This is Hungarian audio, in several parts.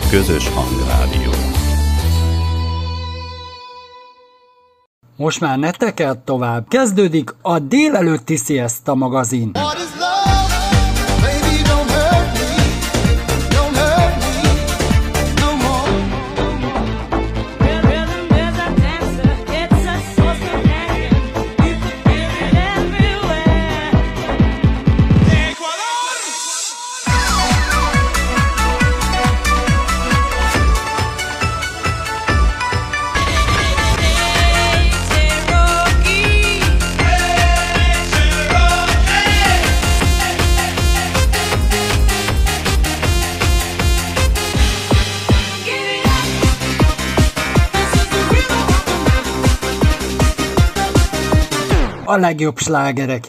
Közös Hangrádió. Most már ne tekerd tovább, kezdődik a délelőtti Sziaszta magazin. A legjobb slágerek.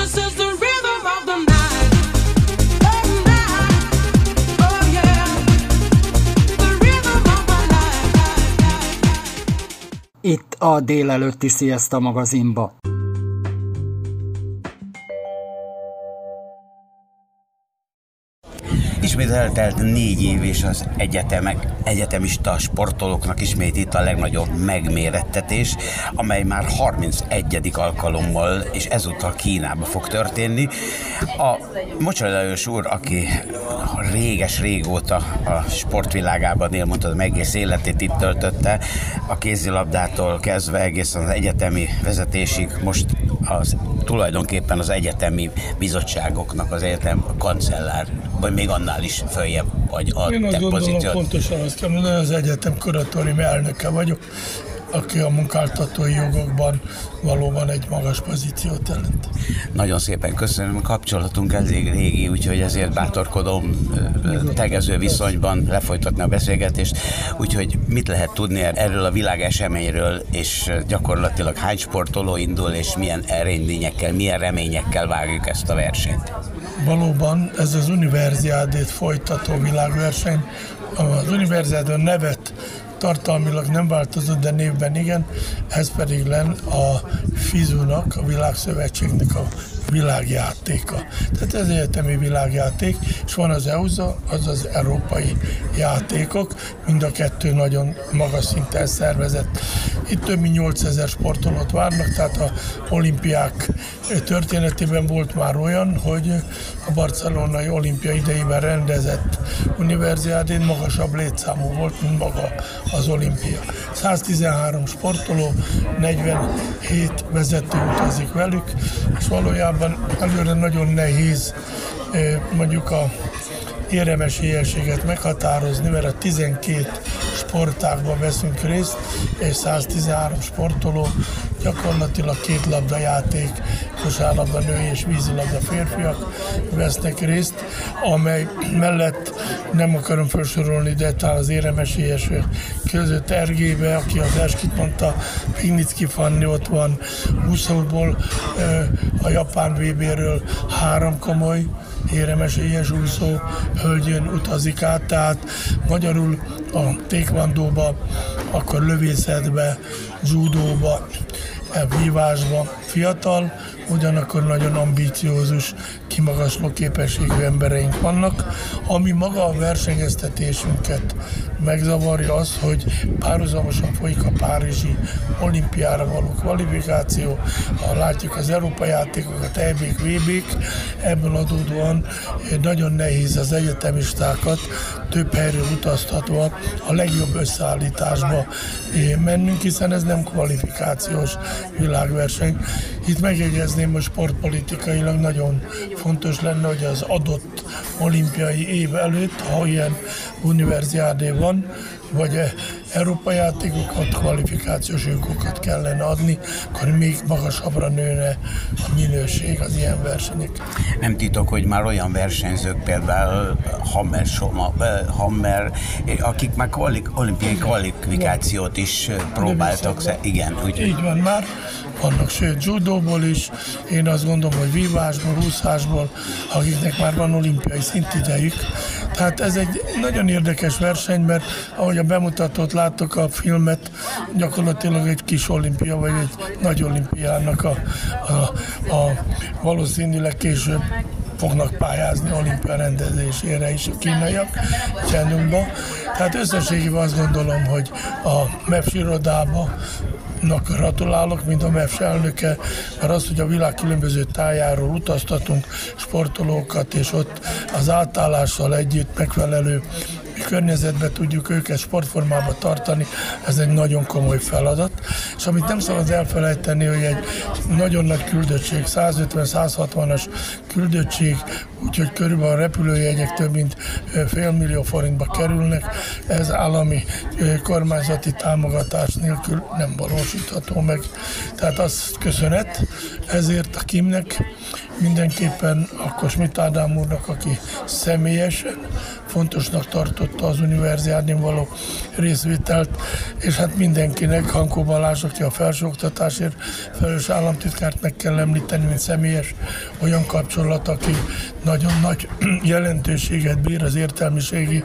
Itt a délelőtti Sziaszta magazinba. Ismét eltelt 4 év, és az egyetemista sportolóknak ismét itt a legnagyobb megmérettetés, amely már 31. alkalommal, és ezúttal Kínában fog történni. A Mocsai Lajos úr, aki régóta a sportvilágában él, mondtad, egész életét itt töltötte, a kézilabdától kezdve egészen az egyetemi vezetésig, most tulajdonképpen az egyetemi bizottságoknak az egyetem kancellár, vagy még annál is följebb vagy a Én azt gondolom, pontosan azt kell mondani, az egyetem kuratóriumi elnöke vagyok, aki a munkáltatói jogokban valóban egy magas pozíciót jelent. Nagyon szépen köszönöm, a kapcsolatunk elég régi, úgyhogy ezért bátorkodom tegező viszonyban lefolytatni a beszélgetést, úgyhogy mit lehet tudni erről a világeseményről, és gyakorlatilag hány sportoló indul, és milyen eredményekkel, milyen reményekkel várjuk ezt a versenyt? Valóban ez az Universiádét folytató világverseny, az Universiádon nevet tartalmilag nem változott, de névben igen, ez pedig len a FISU-nak, a Világszövetségnek a világjátéka. Tehát ez egyetemi világjáték, és van az EUSA, az az európai játékok, mind a kettő nagyon magas szinten szervezett. Itt több mint 8000 sportolót várnak, tehát a olimpiák történetében volt már olyan, hogy a barcelonai olimpia idejében rendezett Universiádén magasabb létszámú volt, mint maga az olimpia. 113 sportoló, 47 vezető utazik velük, és valójában előre nagyon nehéz mondjuk a éremesélyességet meghatározni, mert a 12 sportágban veszünk részt, és 113 sportoló, gyakorlatilag kétlabdajáték, kosárlabda női és vízilabda férfiak vesznek részt, amely mellett nem akarom felsorolni, de talán az éremesélyesek között Ergébe, aki az eskit mondta, Pignicki Fanni ott van, úszóból, a japán VB-ről 3 komoly éremesélyes úszó hölgyön utazik át, tehát magyarul a taekwondóba, akkor lövészetbe, judóba, vívásba fiatal, ugyanakkor nagyon ambíciózus, kimagasló képességű embereink vannak, ami maga a versenyeztetésünket megzavarja az, hogy párhuzamosan folyik a párizsi olimpiára való kvalifikáció, ha látjuk az Európa játékokat, EB-k, VB-k, ebből adódóan nagyon nehéz az egyetemistákat több helyről utaztatva a legjobb összeállításba mennünk, hiszen ez nem kvalifikációs világverseny. Itt megjegyezném, hogy sportpolitikailag nagyon fontos lenne, hogy az adott olimpiai év előtt, ha ilyen Universiádé van, vagy Európa játékokat, kvalifikációs jogokat kellene adni, akkor még magasabbra nőne a minőség az ilyen versenyek. Nem titok, hogy már olyan versenyzők, például Hammer, akik már olimpiai kvalifikációt is próbáltak. Igen, úgy. Így van már. Vannak, sőt, judóból is, én azt gondolom, hogy vívásból, úszásból, akiknek már van olimpiai szintidejük. Tehát ez egy nagyon érdekes verseny, mert ahogy a bemutatót láttok a filmet, gyakorlatilag egy kis olimpia, vagy egy nagy olimpiának a valószínűleg később fognak pályázni olimpia rendezésére is a kínaiak Csendungba. Tehát összességében azt gondolom, hogy a MEPS irodában gratulálok, mint a MEPS elnöke, mert az, hogy a világ különböző tájáról utaztatunk sportolókat, és ott az átállással együtt megfelelő környezetbe tudjuk őket sportformába tartani, ez egy nagyon komoly feladat. És amit nem szabad elfelejteni, hogy egy nagyon nagy küldöttség, 150-160-as küldöttség, úgyhogy körülbelül a repülőjegyek több mint $500 000 forintba kerülnek, ez állami kormányzati támogatás nélkül nem valósítható meg. Tehát az köszönet ezért a Kimnek, mindenképpen akkor Schmidt Ádám úrnak, aki személyesen fontosnak tartotta az univerziádén való részvételt, és hát mindenkinek, Hankó Balázs, aki a felsőoktatásért felelős államtitkárt meg kell említeni, mint személyes olyan kapcsolat, aki nagyon nagy jelentőséget bír az értelmiségi,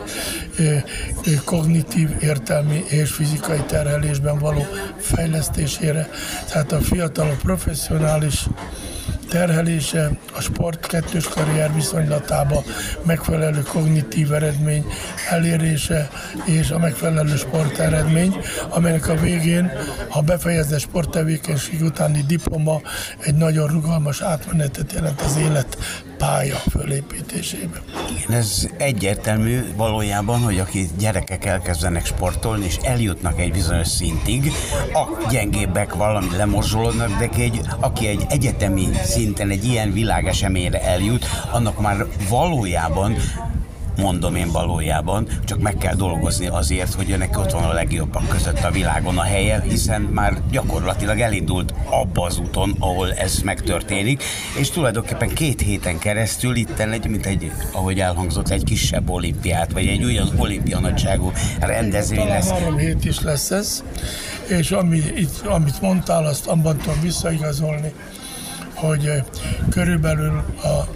kognitív, értelmi és fizikai terhelésben való fejlesztésére. Tehát a fiatalok professzionális terhelése, a sport kettős karrier viszonylatába megfelelő kognitív eredmény elérése és a megfelelő sporteredmény, amelynek a végén a befejezett sporttevékenység utáni diploma egy nagyon rugalmas átmenetet jelent az élet pálya fölépítésében. Igen, ez egyértelmű valójában, hogy aki gyerekek elkezdenek sportolni, és eljutnak egy bizonyos szintig, a gyengébbek valami lemorzsolódnak, de aki egy egyetemi szinten egy ilyen világeseményre eljut, annak már valójában, mondom én valójában, csak meg kell dolgozni azért, hogy önnek ott van a legjobbak között a világon a helye, hiszen már gyakorlatilag elindult abba az úton, ahol ez megtörténik, és tulajdonképpen 2 héten keresztül itten ahogy elhangzott, egy kisebb olimpiát, vagy egy olyan olimpia nagyságú rendezvény lesz. 3 hét is lesz ez, és amit mondtál, azt abban tudom visszaigazolni, hogy körülbelül a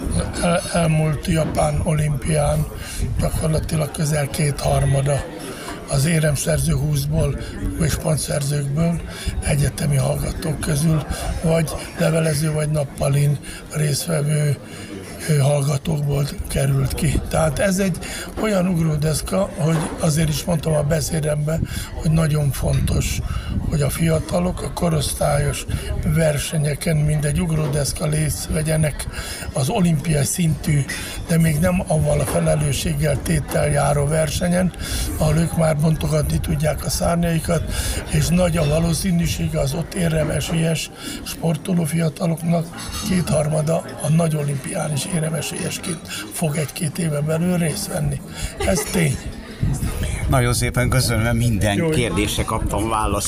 elmúlt japán olimpián gyakorlatilag közel 2/3 az éremszerző 20-ból és pontszerzőkből egyetemi hallgatók közül, vagy levelező, vagy nappalin résztvevő hallgatókból került ki. Tehát ez egy olyan ugródeszka, hogy azért is mondtam a beszédemben, hogy nagyon fontos, hogy a fiatalok a korosztályos versenyeken mindegy ugródeszka részt vegyenek az olimpiai szintű, de még nem avval a felelősséggel téttel járó versenyen, ahol ők már bontogatni tudják a szárnyaikat, és nagy a valószínűsége az ott éremesélyes sportoló fiataloknak 2/3 a nagy olimpián is éremesélyesként fog 1-2 éven belül részt venni. Ez tény. Nagyon szépen köszönöm, minden kérdésre kaptam választ.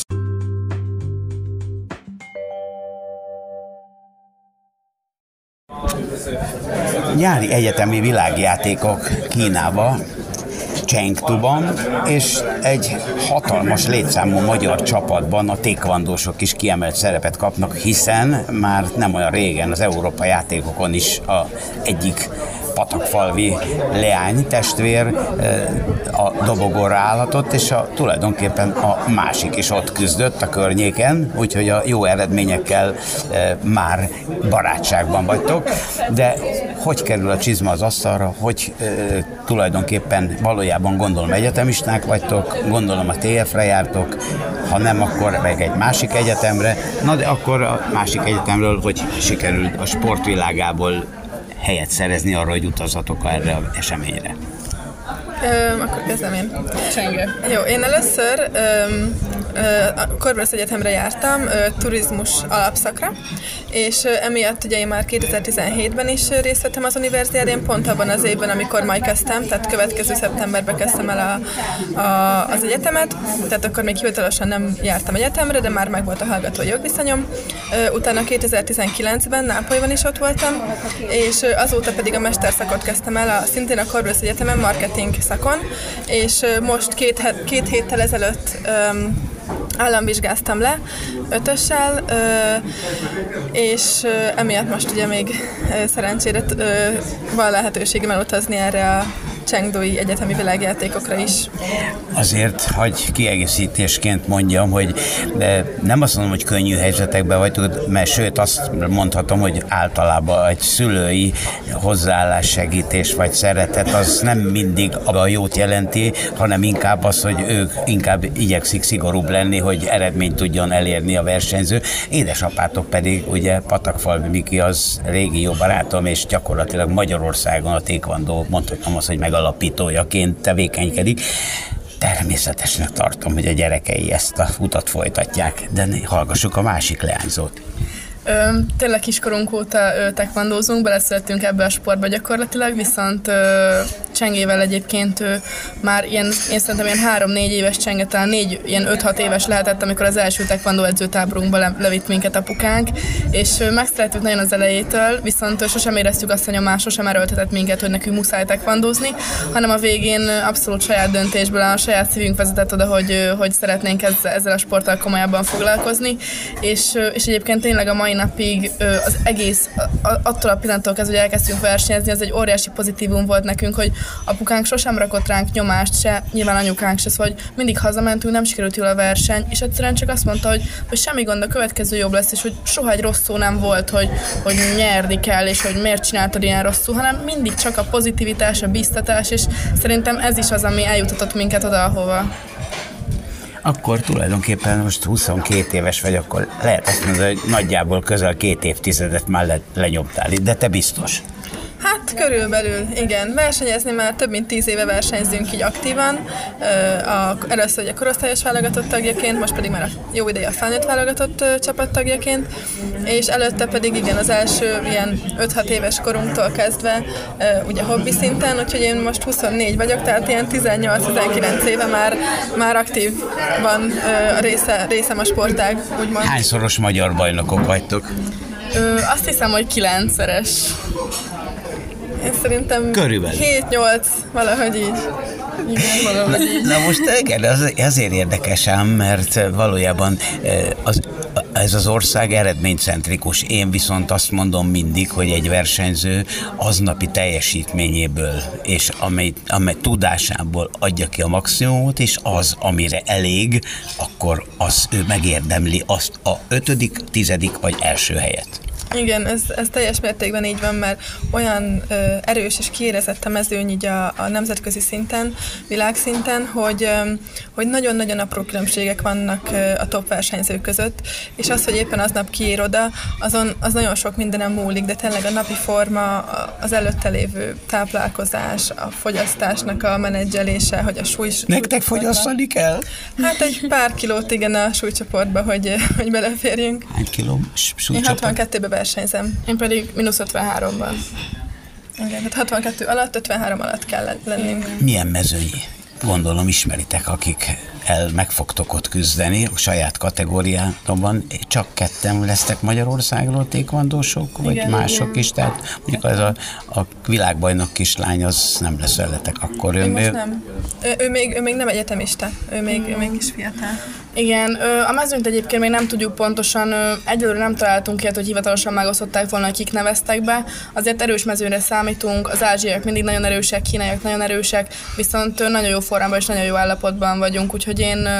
Nyári egyetemi világjátékok Kínába, Chengduban, és egy hatalmas létszámú magyar csapatban a taekwondósok is kiemelt szerepet kapnak, hiszen már nem olyan régen az Európa játékokon is egyik patakfalvi leány testvér a dobogóra állhatott, és tulajdonképpen a másik is ott küzdött a környéken, úgyhogy a jó eredményekkel már barátságban vagytok, de hogy kerül a csizma az asztalra, hogy tulajdonképpen valójában gondolom egyetemisták vagytok, gondolom a TF-re jártok, ha nem, akkor meg egy másik egyetemre, na de akkor a másik egyetemről hogy sikerült a sportvilágából helyet szerezni arra, hogy utazzatok erre az eseményre? Akkor kezdem én. Csenge. Jó, én először a Corvinus Egyetemre jártam, turizmus alapszakra, és emiatt ugye én már 2017-ben is részt vettem az univerziádén, pont abban az évben, amikor majd kezdtem, tehát következő szeptemberben kezdtem el az egyetemet, tehát akkor még hivatalosan nem jártam egyetemre, de már megvolt a hallgatói jogviszonyom. Utána 2019-ben Nápolyban is ott voltam, és azóta pedig a mesterszakot kezdtem el, szintén a Corvinus Egyetemen marketing szakon, és most két héttel ezelőtt államvizsgáztam le 5-össel, és emiatt most ugye még szerencsére van lehetőségem elutazni erre Chengdui egyetemi világjátékokra is. Azért, hogy kiegészítésként mondjam, hogy nem azt mondom, hogy könnyű helyzetekben vagytok, mert sőt azt mondhatom, hogy általában egy szülői hozzáállás, segítés vagy szeretet az nem mindig a jót jelenti, hanem inkább az, hogy ők inkább igyekszik szigorúbb lenni, hogy eredményt tudjon elérni a versenyző. Édesapátok pedig, ugye Patakfalvi Miki az régi jó barátom, és gyakorlatilag Magyarországon a taekwondo, mondhatom azt, hogy megalapítójaként tevékenykedik. Természetesnek tartom, hogy a gyerekei ezt a utat folytatják, de hallgassuk a másik leányzót. Tényleg kiskorunk óta taekwondózunk, beleszülettünk ebbe a sportba gyakorlatilag, viszont Csengével egyébként már én szerintem ilyen 3-4 éves Csenge, talán 5-6 éves lehetett, amikor az első taekwondo edzőtáborunkba levitt minket apukánk, és megszerettük nagyon az elejétől, viszont sosem éreztük azt a nyomást, sosem erőltetett minket, hogy nekünk muszáj taekwondózni, hanem a végén abszolút saját döntésből, a saját szívünk vezetett oda, hogy szeretnénk ezzel a sporttal komolyabban foglalkozni, és egyébként tényleg a mai napig az egész, attól a pillanattól kezdve, hogy elkezdtünk versenyezni, az egy óriási pozitívum volt nekünk, hogy apukánk sosem rakott ránk nyomást se, nyilván anyukánk se, szóval, hogy mindig hazamentünk, nem sikerült jól a verseny, és egyszerűen csak azt mondta, hogy semmi gond, a következő jobb lesz, és hogy soha egy rossz szó nem volt, hogy nyerni kell, és hogy miért csináltad ilyen rosszul, hanem mindig csak a pozitivitás, a biztatás, és szerintem ez is az, ami eljutatott minket oda, ahova. Akkor tulajdonképpen most 22 éves vagy, akkor lehet azt mondani, hogy nagyjából közel 2 évtizedet már lenyomtál itt, de te biztos. Hát körülbelül, igen. Versenyezni már több mint 10 éve versenyzünk így aktívan. Először a korosztályos válogatott tagjaként, most pedig már jó ideje a felnőtt válogatott csapattagjaként, és előtte pedig igen, az első ilyen 5-6 éves korunktól kezdve ugye hobbi szinten, úgyhogy én most 24 vagyok, tehát ilyen 18-19 éve már aktív van részem a sportág, úgymond. Hányszoros magyar bajnokok vagytok? Azt hiszem, hogy 9-szeres. Én szerintem körülbelül 7-8, valahogy így. Igen, valahogy így. Na most igen, azért érdekes ám, mert valójában ez az ország eredménycentrikus. Én viszont azt mondom mindig, hogy egy versenyző aznapi teljesítményéből, és amely tudásából adja ki a maximumot, és az, amire elég, akkor az ő megérdemli azt a 5., 10. vagy első helyet. Igen, ez teljes mértékben így van, mert olyan erős és kiérezett a mezőny így a nemzetközi szinten, világszinten, hogy nagyon-nagyon apró különbségek vannak a top versenyzők között, és az, hogy éppen aznap kiér oda, az nagyon sok mindenem múlik, de tényleg a napi forma, az előtte lévő táplálkozás, a fogyasztásnak a menedzselése, hogy a Nektek fogyasztani kell? Hát egy pár kilót igen a súlycsoportba, hogy beleférjünk. Hány kiló súlycsoport? Én 62-ben versenyzem. Én pedig -53-ban. Igen, hát 62 alatt, 53 alatt kell lennünk. Milyen mezőnyi? Gondolom ismeritek, akik meg fogtok ott küzdeni a saját kategóriátokban. Csak ketten lesztek Magyarországról taekwondósok, vagy igen, mások igen. Is, tehát mondjuk az a világbajnok kislány, az nem lesz veletek akkor. Ő nem. Ő még nem egyetemista, ő még kis fiatal. Igen, a mezőnyt egyébként még nem tudjuk pontosan, egyelőre nem találtunk ilyet, hogy hivatalosan megosztották volna, hogy kik neveztek be. Azért erős mezőnyre számítunk, az ázsiaiak mindig nagyon erősek, kínaiak nagyon erősek, viszont nagyon jó formában és nagyon jó állapotban vagyunk, úgyhogy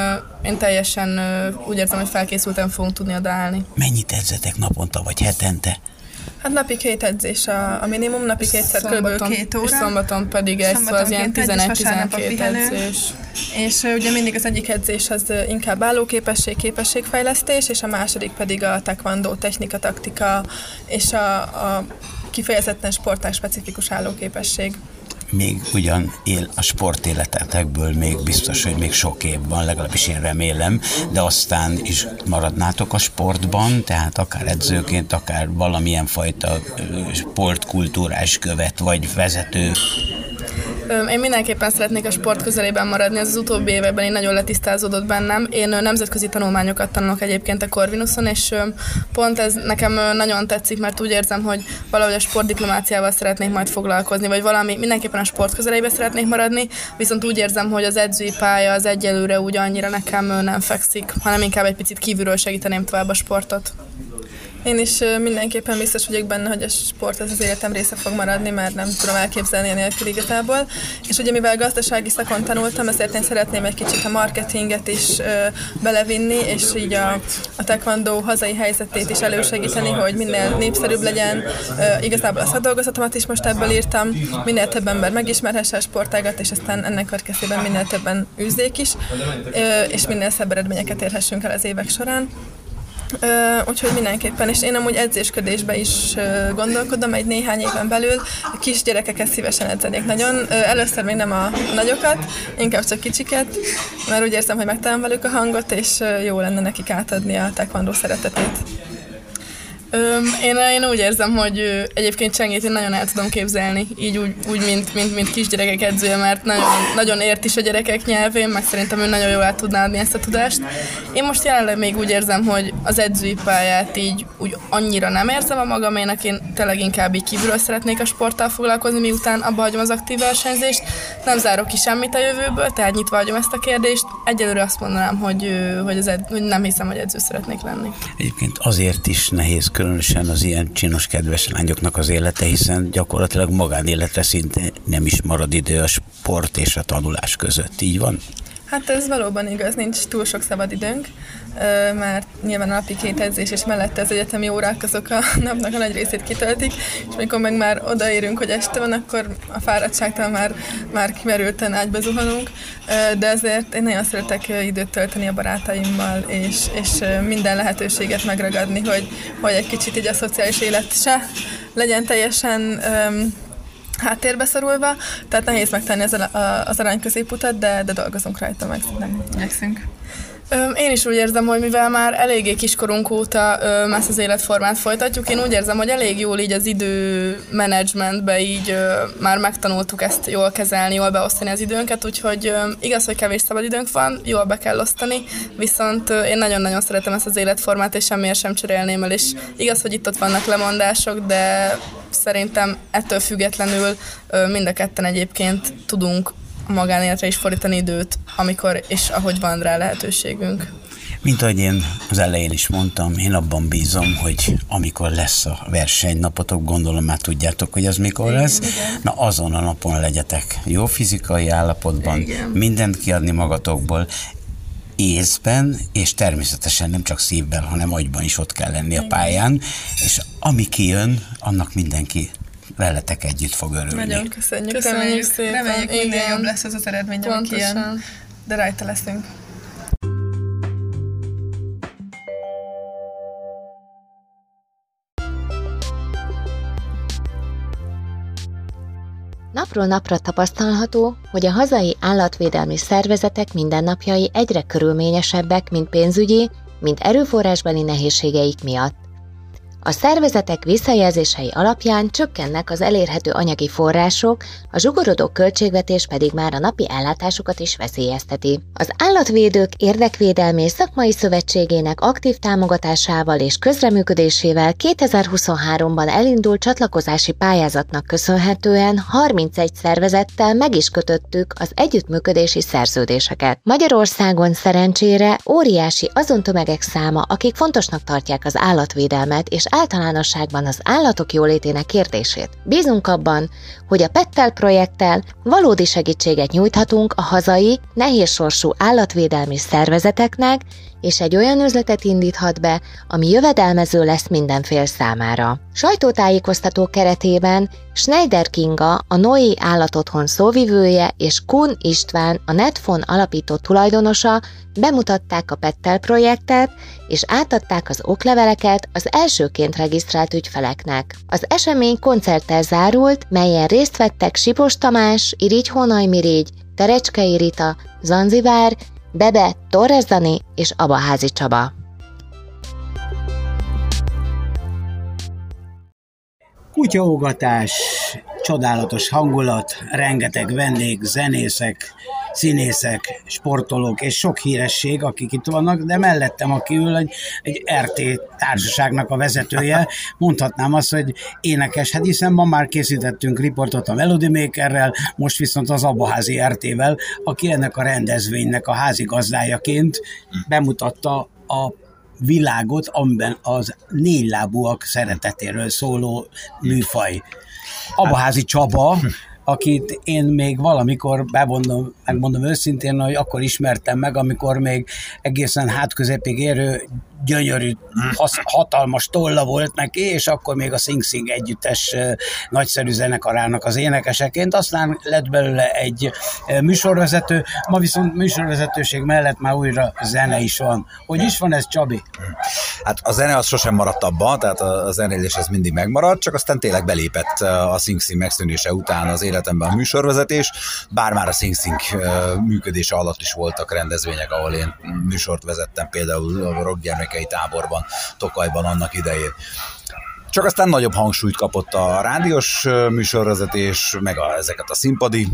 én teljesen úgy érzem, hogy felkészülten fogunk tudni odaállni. Mennyit edzetek naponta vagy hetente? Hát napi 2 edzés a minimum, napi 2-szer kb. 2 óra. És szombaton pedig szóval az ilyen 11-12 edzés. És ugye mindig az egyik edzés az inkább állóképesség, képességfejlesztés, és a második pedig a taekwondo technika, taktika, és a kifejezetten sportág specifikus állóképesség. Még ugyan él a sportéletetekből még biztos, hogy még sok év van, legalábbis én remélem, de aztán is maradnátok a sportban, tehát akár edzőként, akár valamilyen fajta sportkultúrás követ, vagy vezető. Én mindenképpen szeretnék a sport közelében maradni, ez az utóbbi években én nagyon letisztázódott bennem. Én nemzetközi tanulmányokat tanulok egyébként a Corvinuson, és pont ez nekem nagyon tetszik, mert úgy érzem, hogy valahogy a sportdiplomáciával szeretnék majd foglalkozni, vagy valami, mindenképpen a sport közelében szeretnék maradni, viszont úgy érzem, hogy az edzői pálya az egyelőre úgy annyira nekem nem fekszik, hanem inkább egy picit kívülről segíteném tovább a sportot. Én is mindenképpen biztos vagyok benne, hogy a sport az életem része fog maradni, mert nem tudom elképzelni a nélkül igazából. És ugye mivel gazdasági szakon tanultam, ezért én szeretném egy kicsit a marketinget is belevinni, és így a taekwondo hazai helyzetét is elősegíteni, hogy minél népszerűbb legyen. Igazából a szakdolgozatomat is most ebből írtam, minél több ember megismerhesse a sportágat, és aztán ennek következtében minél többen űzzék is, és minél szebb eredményeket érhessünk el az évek során. Úgyhogy mindenképpen, és én amúgy edzésködésbe is gondolkodom egy néhány éven belül, a kisgyerekeket szívesen edzenék nagyon. Először még nem a nagyokat, inkább csak kicsiket, mert úgy érzem, hogy megtalálom velük a hangot, és jó lenne nekik átadni a taekwondo szeretetét. Én úgy érzem, hogy egyébként Csengét én nagyon el tudom képzelni, így úgy mint kisgyerekek edzője, mert nagyon ért is a gyerekek nyelvén, meg szerintem ő nagyon jól át tudná adni ezt a tudást. Én most jelenleg még úgy érzem, hogy az edzői pályát így úgy annyira nem érzem a magaménak, én tényleg inkább így kívülről szeretnék a sporttal foglalkozni, miután abba hagyom az aktív versenyzést. Nem zárok ki semmit a jövőből, tehát nyitva hagyom ezt a kérdést. Egyelőre azt mondanám, hogy nem hiszem, hogy edző szeretnék lenni. Egyébként azért is nehéz különösen az ilyen csinos, kedves lányoknak az élete, hiszen gyakorlatilag magánéletre szinte nem is marad idő a sport és a tanulás között. Így van? Hát ez valóban igaz, nincs túl sok szabad időnk, mert nyilván a napi 2 edzés és mellette az egyetemi órák azok a napnak a nagy részét kitöltik, és amikor meg már odaérünk, hogy este van, akkor a fáradtságtól már kimerülten ágyba zuhanunk, de azért én nagyon szeretek időt tölteni a barátaimmal, és minden lehetőséget megragadni, hogy egy kicsit így a szociális élet se legyen teljesen háttérbe szorulva, tehát nehéz megtenni az arany középutat, de dolgozunk rajta, megszünk. Én is úgy érzem, hogy mivel már eléggé kiskorunk óta ezt az életformát folytatjuk, én úgy érzem, hogy elég jól így az időmenedzsmentbe így már megtanultuk ezt jól kezelni, jól beosztani az időnket, úgyhogy igaz, hogy kevés szabad időnk van, jól be kell osztani, viszont én nagyon-nagyon szeretem ezt az életformát, és semmiért sem cserélném el, és igaz, hogy itt-ott vannak lemondások, de szerintem ettől függetlenül mind a ketten egyébként tudunk a magánéletre is fordítani időt, amikor és ahogy van rá lehetőségünk. Mint ahogy én az elején is mondtam, én abban bízom, hogy amikor lesz a versenynapotok, gondolom már tudjátok, hogy az mikor lesz, na azon a napon legyetek jó fizikai állapotban, mindent kiadni magatokból, észben, és természetesen nem csak szívben, hanem agyban is ott kell lenni a pályán, és ami kijön, annak mindenki veletek együtt fog örülni. Nagyon köszönjük Szépen. Reméljük, minél jobb lesz az eredmény, ami kijön, de rajta leszünk. Napról napra tapasztalható, hogy a hazai állatvédelmi szervezetek mindennapjai egyre körülményesebbek, mind pénzügyi, mind erőforrásbeli nehézségeik miatt. A szervezetek visszajelzései alapján csökkennek az elérhető anyagi források, a zsugorodó költségvetés pedig már a napi ellátásukat is veszélyezteti. Az Állatvédők Érdekvédelmi Szakmai Szövetségének aktív támogatásával és közreműködésével 2023-ban elindult csatlakozási pályázatnak köszönhetően 31 szervezettel meg is kötöttük az együttműködési szerződéseket. Magyarországon szerencsére óriási azon tömegek száma, akik fontosnak tartják az állatvédelmet és általánosságban az állatok jólétének kérdését. Bízunk abban, hogy a Pettel projekttel valódi segítséget nyújthatunk a hazai, nehézsorsú állatvédelmi szervezeteknek, és egy olyan üzletet indíthat be, ami jövedelmező lesz minden fél számára. Sajtótájékoztató keretében Schneider Kinga, a Noé Állatotthon szóvivője, és Kuhn István, a Netfon alapító tulajdonosa bemutatták a Pettel projektet, és átadták az okleveleket az elsőként regisztrált ügyfeleknek. Az esemény koncerttel zárult, melyen részt vettek Sipos Tamás, Irigy Hónaj Mirigy, Terecskei Rita, Zanzibár, Bebe, Torres Dani és Abaházi Csaba. Kutyaógatás, csodálatos hangulat, rengeteg vendég, zenészek, színészek, sportolók és sok híresség, akik itt vannak, de mellettem, aki ül, egy RT társaságnak a vezetője, mondhatnám azt, hogy énekes, hát hiszen ma már készítettünk riportot a Melody Makerrel, most viszont az Abaházi RT-vel, aki ennek a rendezvénynek a házigazdájaként bemutatta a világot, amiben az négylábúak szeretetéről szóló műfaj. Abaházi Csaba, akit én még valamikor megmondom őszintén, hogy akkor ismertem meg, amikor még egészen hátközepig érő, gyönyörű, hatalmas tolla volt neki, és akkor még a Sing Sing együttes nagyszerű zenekarának az énekeseként, aztán lett belőle egy műsorvezető, ma viszont műsorvezetőség mellett már újra zene is van. Hogy is van ez, Csabi? Hát a zene az sosem maradt abba, tehát a zenélés ez mindig megmaradt, csak aztán tényleg belépett a Sing Sing megszűnése után az életemben a műsorvezetés, bár már a Sing Sing működése alatt is voltak rendezvények, ahol én műsort vezettem, például a Rock Gyermekei Táborban, Tokajban annak idején. Csak aztán nagyobb hangsúlyt kapott a rádiós műsorvezetés, meg ezeket a színpadi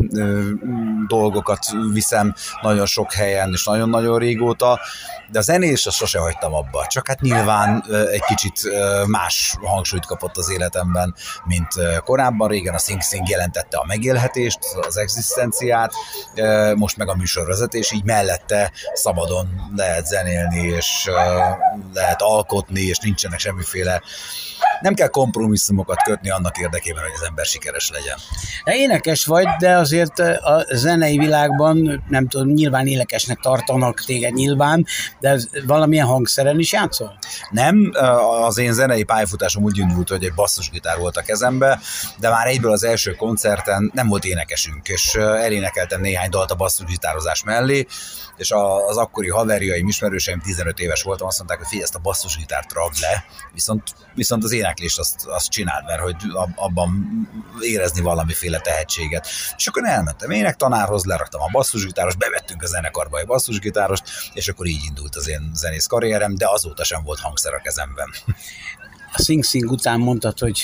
dolgokat viszem nagyon sok helyen, és nagyon-nagyon régóta, de a zenés azt sose hagytam abba. Csak hát nyilván egy kicsit más hangsúlyt kapott az életemben, mint korábban. Régen a Sing Sing jelentette a megélhetést, az egzisztenciát, most meg a műsorvezetés, így mellette szabadon lehet zenélni, és lehet alkotni, és nincsenek semmiféle. Nem kell kompromisszumokat kötni annak érdekében, hogy az ember sikeres legyen. Énekes vagy, de azért a zenei világban, nem tudom, nyilván énekesnek tartanak téged nyilván, de valamilyen hangszeren is játszol? Nem, az én zenei pályafutásom úgy indult, hogy egy basszusgitár volt a kezembe, de már egyből az első koncerten nem volt énekesünk, és elénekeltem néhány dalt a basszusgitározás mellé, és az akkori haverjaim, ismerőseim, 15 éves voltam, azt mondták, hogy figyelj, ezt a basszusgitárt ragd le, viszont az éneklést azt csináld, mert hogy abban érezni valamiféle tehetséget. És akkor elmentem énektanárhoz, leraktam a basszusgitárost, bevettünk a zenekarba egy basszusgitárost, és akkor így indult az én zenész karrierem, de azóta sem volt hangszer a kezemben. A Sing Sing után mondtad, hogy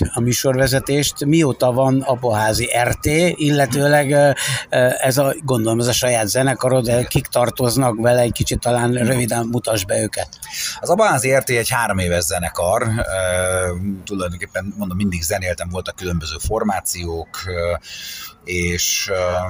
a mióta van Abaházi RT, illetőleg gondolom ez a saját zenekarod, de kik tartoznak vele, egy kicsit talán röviden mutasd be őket. Az Abaházi RT egy 3 éves zenekar, tulajdonképpen mondom, mindig zenéltem, voltak különböző formációk, és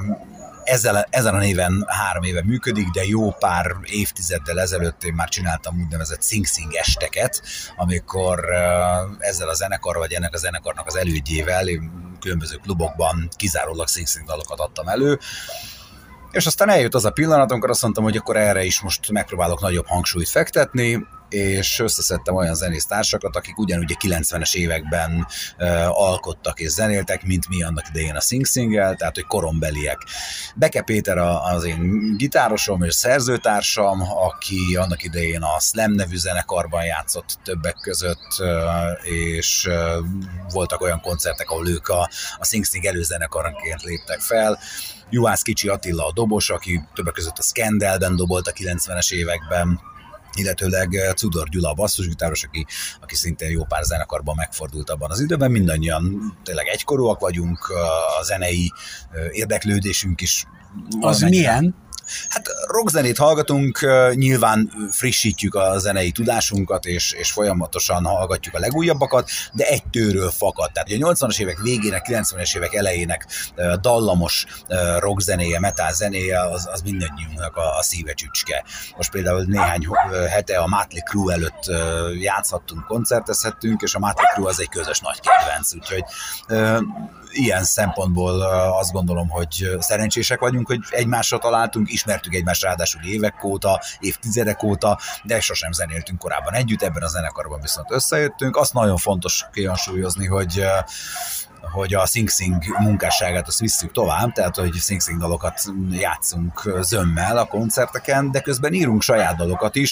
ezen a néven 3 éve működik, de jó pár évtizeddel ezelőtt én már csináltam úgynevezett Sing Sing esteket, amikor ezzel a zenekar, vagy ennek a zenekarnak az elődjével én különböző klubokban kizárólag Sing Sing dalokat adtam elő, és aztán eljött az a pillanat, amikor azt mondtam, hogy akkor erre is most megpróbálok nagyobb hangsúlyt fektetni, és összeszedtem olyan zenésztársakat, akik ugyanúgy a 90-es években alkottak és zenéltek, mint mi annak idején a Sing Sing-el, tehát hogy korombeliek. Beke Péter az én gitárosom és szerzőtársam, aki annak idején a Slam nevű zenekarban játszott többek között, és voltak olyan koncertek, ahol ők a Sing Sing előzenekarként léptek fel. Juhász Kicsi Attila a dobos, aki többek között a Scandalben dobolt a 90-es években, illetőleg Cudor Gyula a basszusgitáros, aki szintén jó pár zenekarban megfordult abban az időben. Mindannyian tényleg egykorúak vagyunk, a zenei érdeklődésünk is. Az milyen? Hát rockzenét hallgatunk, nyilván frissítjük a zenei tudásunkat, és folyamatosan hallgatjuk a legújabbakat, de egy tőről fakad. Tehát a 80-as évek végének, 90-es évek elejének dallamos rockzenéje, metal zenéje, az mindannyiunknak a szíve csücske. Most például néhány hete a Mötley Crüe előtt játszhattunk, koncertezhettünk, és a Mötley Crüe az egy közös nagy kedvenc, úgyhogy ilyen szempontból azt gondolom, hogy szerencsések vagyunk, hogy egymásra találtunk, ismertük egymást ráadásul évek óta, évtizedek óta, de sosem zenéltünk korábban együtt, ebben a zenekarban viszont összejöttünk. Azt nagyon fontos kihangsúlyozni, hogy a Sing Sing munkásságát azt visszük tovább, tehát hogy Sing Sing dalokat játszunk zömmel a koncerteken, de közben írunk saját dalokat is,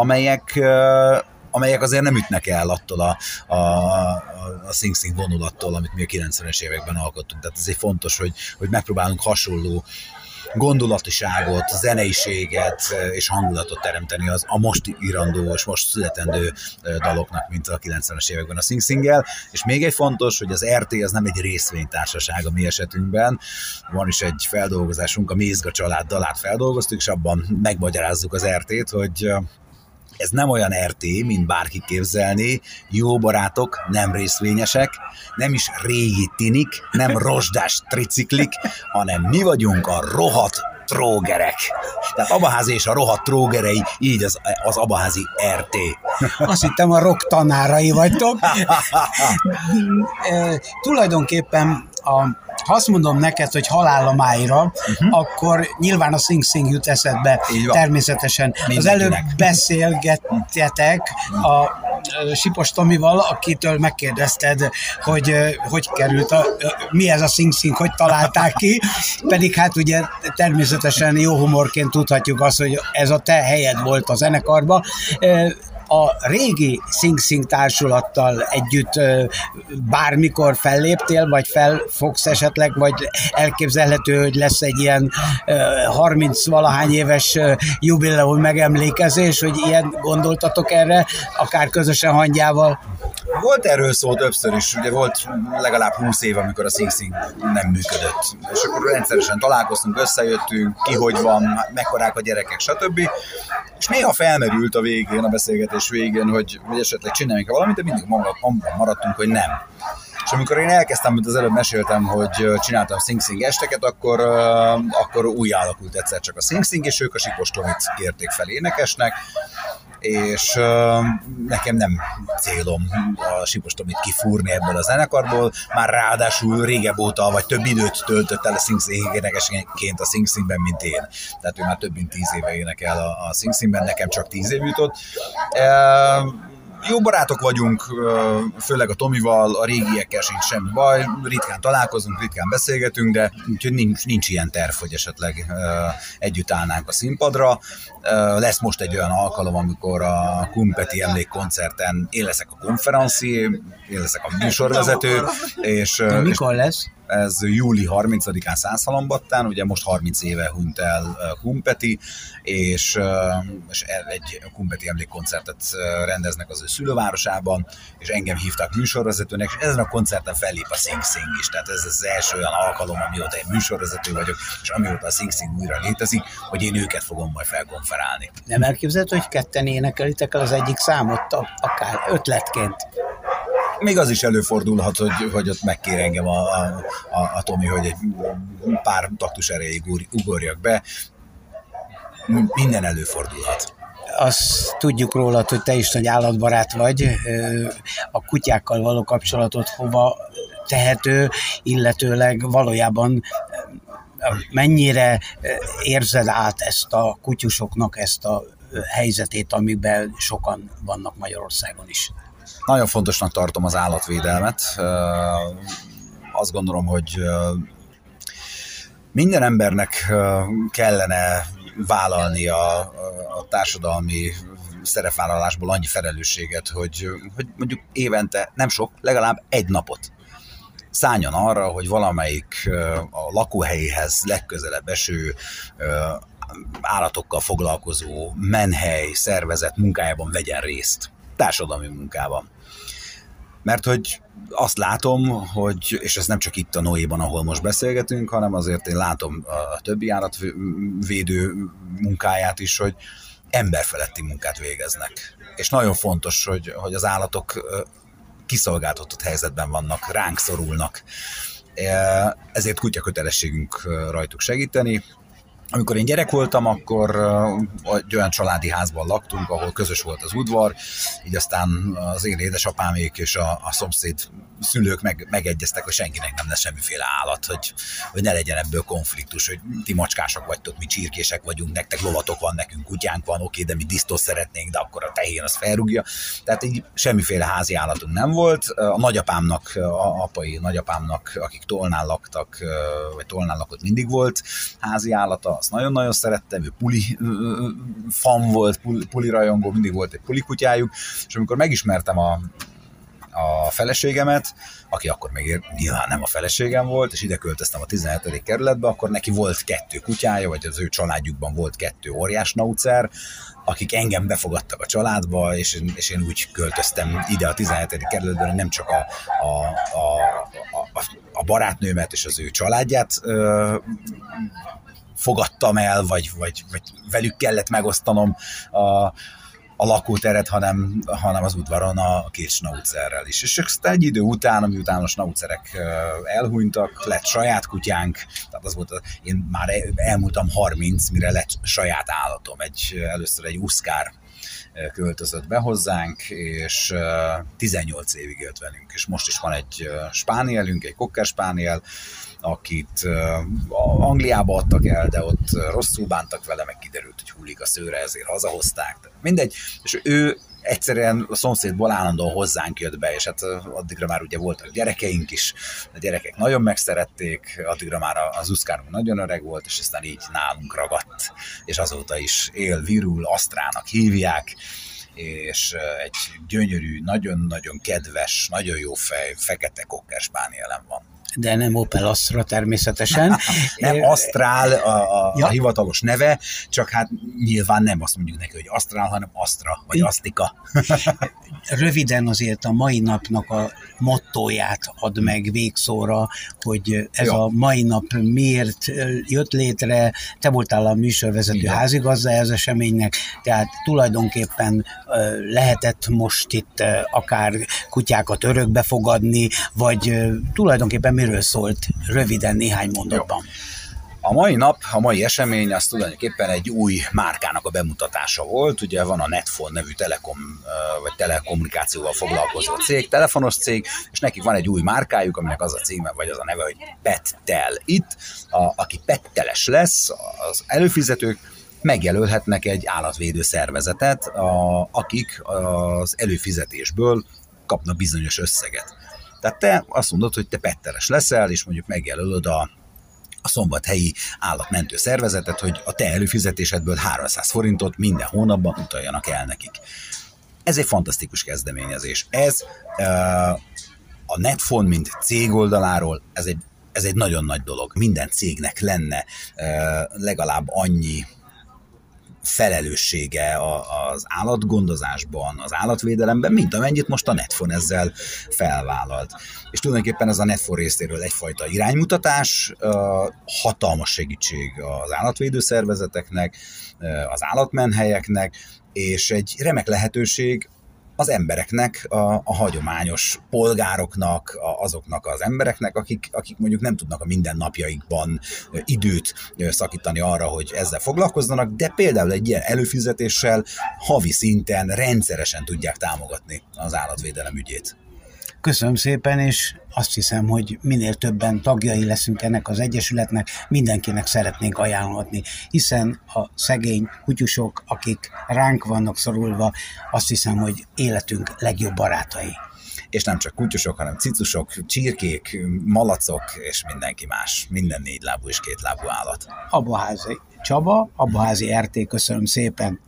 amelyek azért nem ütnek el attól a Sing Sing vonulattól, amit mi a 90-es években alkottunk. Tehát ezért fontos, hogy megpróbálunk hasonló gondolatiságot, zeneiséget és hangulatot teremteni a most írandó és most születendő daloknak, mint a 90-es években a Sing Sing-el. És még egy fontos, hogy az RT az nem egy részvénytársaság a mi esetünkben. Van is egy feldolgozásunk, a Mézga család dalát feldolgoztuk, és abban megmagyarázzuk az RT-t, hogy ez nem olyan RT, mint bárki képzelné, jó barátok, nem részvényesek, nem is régi tinik, nem rozsdás triciklik, hanem mi vagyunk a rohadt trógerek. Tehát Abaházi és a rohadt trógerei, így az Abaházi RT. Azt hittem, a rock tanárai vagytok. Tulajdonképpen ha azt mondom neked, hogy Halál a májra, akkor nyilván a Sing Sing jut eszedbe természetesen. Az előbb beszélgettetek a Sipos Tomival, akitől megkérdezted, hogy került, mi ez a Sing Sing, hogy találták ki, pedig hát ugye természetesen jó humorként tudhatjuk azt, hogy ez a te helyed volt a zenekarban. A régi Sing Sing társulattal együtt bármikor felléptél, vagy felfogsz esetleg, vagy elképzelhető, hogy lesz egy ilyen 30-valahány éves jubileum megemlékezés, hogy ilyen gondoltatok erre, akár közösen Hangyával? Volt erről szó többször is, ugye volt legalább 20 év, amikor a Sing Sing nem működött. És akkor rendszeresen találkoztunk, összejöttünk, ki hogy van, mekkorák a gyerekek, stb. És néha felmerült a végén, a beszélgetés végén, hogy esetleg csináljunk valamit, de mindig maradtunk, hogy nem. És amikor én elkezdtem, mint az előbb meséltem, hogy csináltam Sing Sing esteket, akkor újra alakult egyszer csak a Sing Sing, és ők a Sipos Tomit kérték fel énekesnek, és nekem nem célom a Sipos Tomit kifúrni ebből a zenekarból, már ráadásul régebb óta, vagy több időt töltött el a Sing Sing énekesként a Sing Singben, mint én. Tehát ő már több mint 10 éve énekel a Sing Singben, nekem csak 10 év jutott. Jó barátok vagyunk, főleg a Tomival, a régiekkel sincs semmi baj, ritkán találkozunk, ritkán beszélgetünk, de nincs ilyen terv, hogy esetleg együtt állnánk a színpadra. Lesz most egy olyan alkalom, amikor a Kumpeti emlékkoncerten én leszek a konferencié, én leszek a műsorvezető. És mikor lesz? Ez júli 30-án Szászhalombattán, ugye most 30 éve hunyt el Kumpeti, és egy Kumpeti emlékkoncertet rendeznek az ő szülővárosában, és engem hívtak műsorvezetőnek, és ezen a koncerten fellép a Sing Sing is, tehát ez az első olyan alkalom, amióta én műsorvezető vagyok, és amióta a Sing Sing újra létezik, hogy én őket fogom majd felkonferálni. Nem elképzelhető, hogy ketten énekelitek el az egyik számot, akár ötletként? Még az is előfordulhat, hogy ott megkér engem a Tomi, hogy egy pár taktus erejéig ugorjak be. Minden előfordulhat. Azt tudjuk rólad, hogy te is nagy állatbarát vagy. A kutyákkal való kapcsolatot hova tehető, illetőleg valójában mennyire érzed át ezt a kutyusoknak ezt a helyzetét, amiben sokan vannak Magyarországon is? Nagyon fontosnak tartom az állatvédelmet. Azt gondolom, hogy minden embernek kellene vállalni a társadalmi szerepvállalásból annyi felelősséget, hogy mondjuk évente, nem sok, legalább egy napot szálljon arra, hogy valamelyik a lakóhelyéhez legközelebb eső állatokkal foglalkozó menhely, szervezet munkájában vegyen részt. Társadalmi munkában. Mert hogy azt látom, hogy, és ez nem csak itt a Noéban, ahol most beszélgetünk, hanem azért én látom a többi állatvédő munkáját is, hogy emberfeletti munkát végeznek. És nagyon fontos, hogy az állatok kiszolgáltatott helyzetben vannak, ránk szorulnak. Ezért kutya kötelességünk rajtuk segíteni. Amikor én gyerek voltam, akkor egy olyan családi házban laktunk, ahol közös volt az udvar, így aztán az én édesapámék és a szomszéd szülők megegyeztek, hogy senkinek nem lesz semmiféle állat, hogy ne legyen ebből konfliktus, hogy ti macskások vagytok, mi csirkések vagyunk, nektek lovatok van, nekünk kutyánk van, oké, de mi disztót szeretnénk, de akkor a tehén az felrúgja. Tehát így semmiféle házi állatunk nem volt. A nagyapámnak, a apai nagyapámnak, akik Tolnán laktak, vagy Tolnán lakott, mindig volt házi állata, azt nagyon-nagyon szerettem, ő puli fan volt, puli rajongó, mindig volt egy puli kutyájuk, és amikor megismertem a feleségemet, aki akkor még nyilván nem a feleségem volt, és ide költöztem a 17. kerületbe, akkor neki volt 2 kutyája, vagy az ő családjukban volt 2 óriás schnauzer, akik engem befogadtak a családba, és én úgy költöztem ide a 17. kerületben, hogy nem csak a barátnőmet és az ő családját fogadtam el, vagy velük kellett megosztanom a lakóteret, hanem az udvaron a két snaucerrel is. És aztán egy idő után, miután a snaucerek elhunytak, lett saját kutyánk, tehát az volt, én már elmúltam 30, mire lett saját állatom. Először egy uszkár költözött be hozzánk, és 18 évig élt velünk. És most is van egy spánielünk, egy cocker spaniel, akit Angliába adtak el, de ott rosszul bántak vele, meg kiderült, hogy hullik a szőre, ezért hazahozták. Mindegy, és ő egyszerűen a szomszédból állandóan hozzánk jött be, és hát addigra már ugye voltak gyerekeink is, a gyerekek nagyon megszerették, addigra már az uszkárunk nagyon öreg volt, és aztán így nálunk ragadt, és azóta is él, virul, Asztrának hívják, és egy gyönyörű, nagyon-nagyon kedves, nagyon jó fej, fekete cocker spanielem van. De nem Opel Astra természetesen. Nem Astrál a hivatalos neve, csak hát nyilván nem azt mondjuk neki, hogy Astrál, hanem Astra, vagy Asztika. Röviden azért a mai napnak a mottóját add meg végszóra, hogy ez a mai nap miért jött létre. Te voltál a műsorvezető házigazda az eseménynek, tehát tulajdonképpen lehetett most itt akár kutyákat örökbe fogadni, vagy tulajdonképpen miről szólt röviden néhány mondatban? A mai nap, a mai esemény az tulajdonképpen egy új márkának a bemutatása volt. Ugye van a Netphone nevű vagy telekommunikációval foglalkozó cég, telefonos cég, és nekik van egy új márkájuk, aminek az a címe, vagy az a neve, hogy Pettel. Itt, aki petteles lesz, az előfizetők megjelölhetnek egy állatvédő szervezetet, akik az előfizetésből kapnak bizonyos összeget. Tehát te azt mondod, hogy te petteles leszel, és mondjuk megjelölöd a szombathelyi állatmentő szervezetet, hogy a te előfizetésedből 300 forintot minden hónapban utaljanak el nekik. Ez egy fantasztikus kezdeményezés. Ez a Netphone, mint cég oldaláról, ez egy nagyon nagy dolog. Minden cégnek lenne legalább annyi felelőssége az állatgondozásban, az állatvédelemben, mint amennyit most a Netphone ezzel felvállalt. És tulajdonképpen ez a Netphone részéről egyfajta iránymutatás, hatalmas segítség az állatvédőszervezeteknek, az állatmenhelyeknek, és egy remek lehetőség az embereknek, a hagyományos polgároknak, azoknak az embereknek, akik mondjuk nem tudnak a mindennapjaikban időt szakítani arra, hogy ezzel foglalkozzanak, de például egy ilyen előfizetéssel havi szinten rendszeresen tudják támogatni az állatvédelem ügyét. Köszönöm szépen, és azt hiszem, hogy minél többen tagjai leszünk ennek az egyesületnek, mindenkinek szeretnénk ajánlani, hiszen a szegény kutyusok, akik ránk vannak szorulva, azt hiszem, hogy életünk legjobb barátai. És nem csak kutyusok, hanem cicusok, csirkék, malacok, és mindenki más. Minden 4 lábú és 2 lábú állat. Abaházi Csaba, Abaházi RT, köszönöm szépen.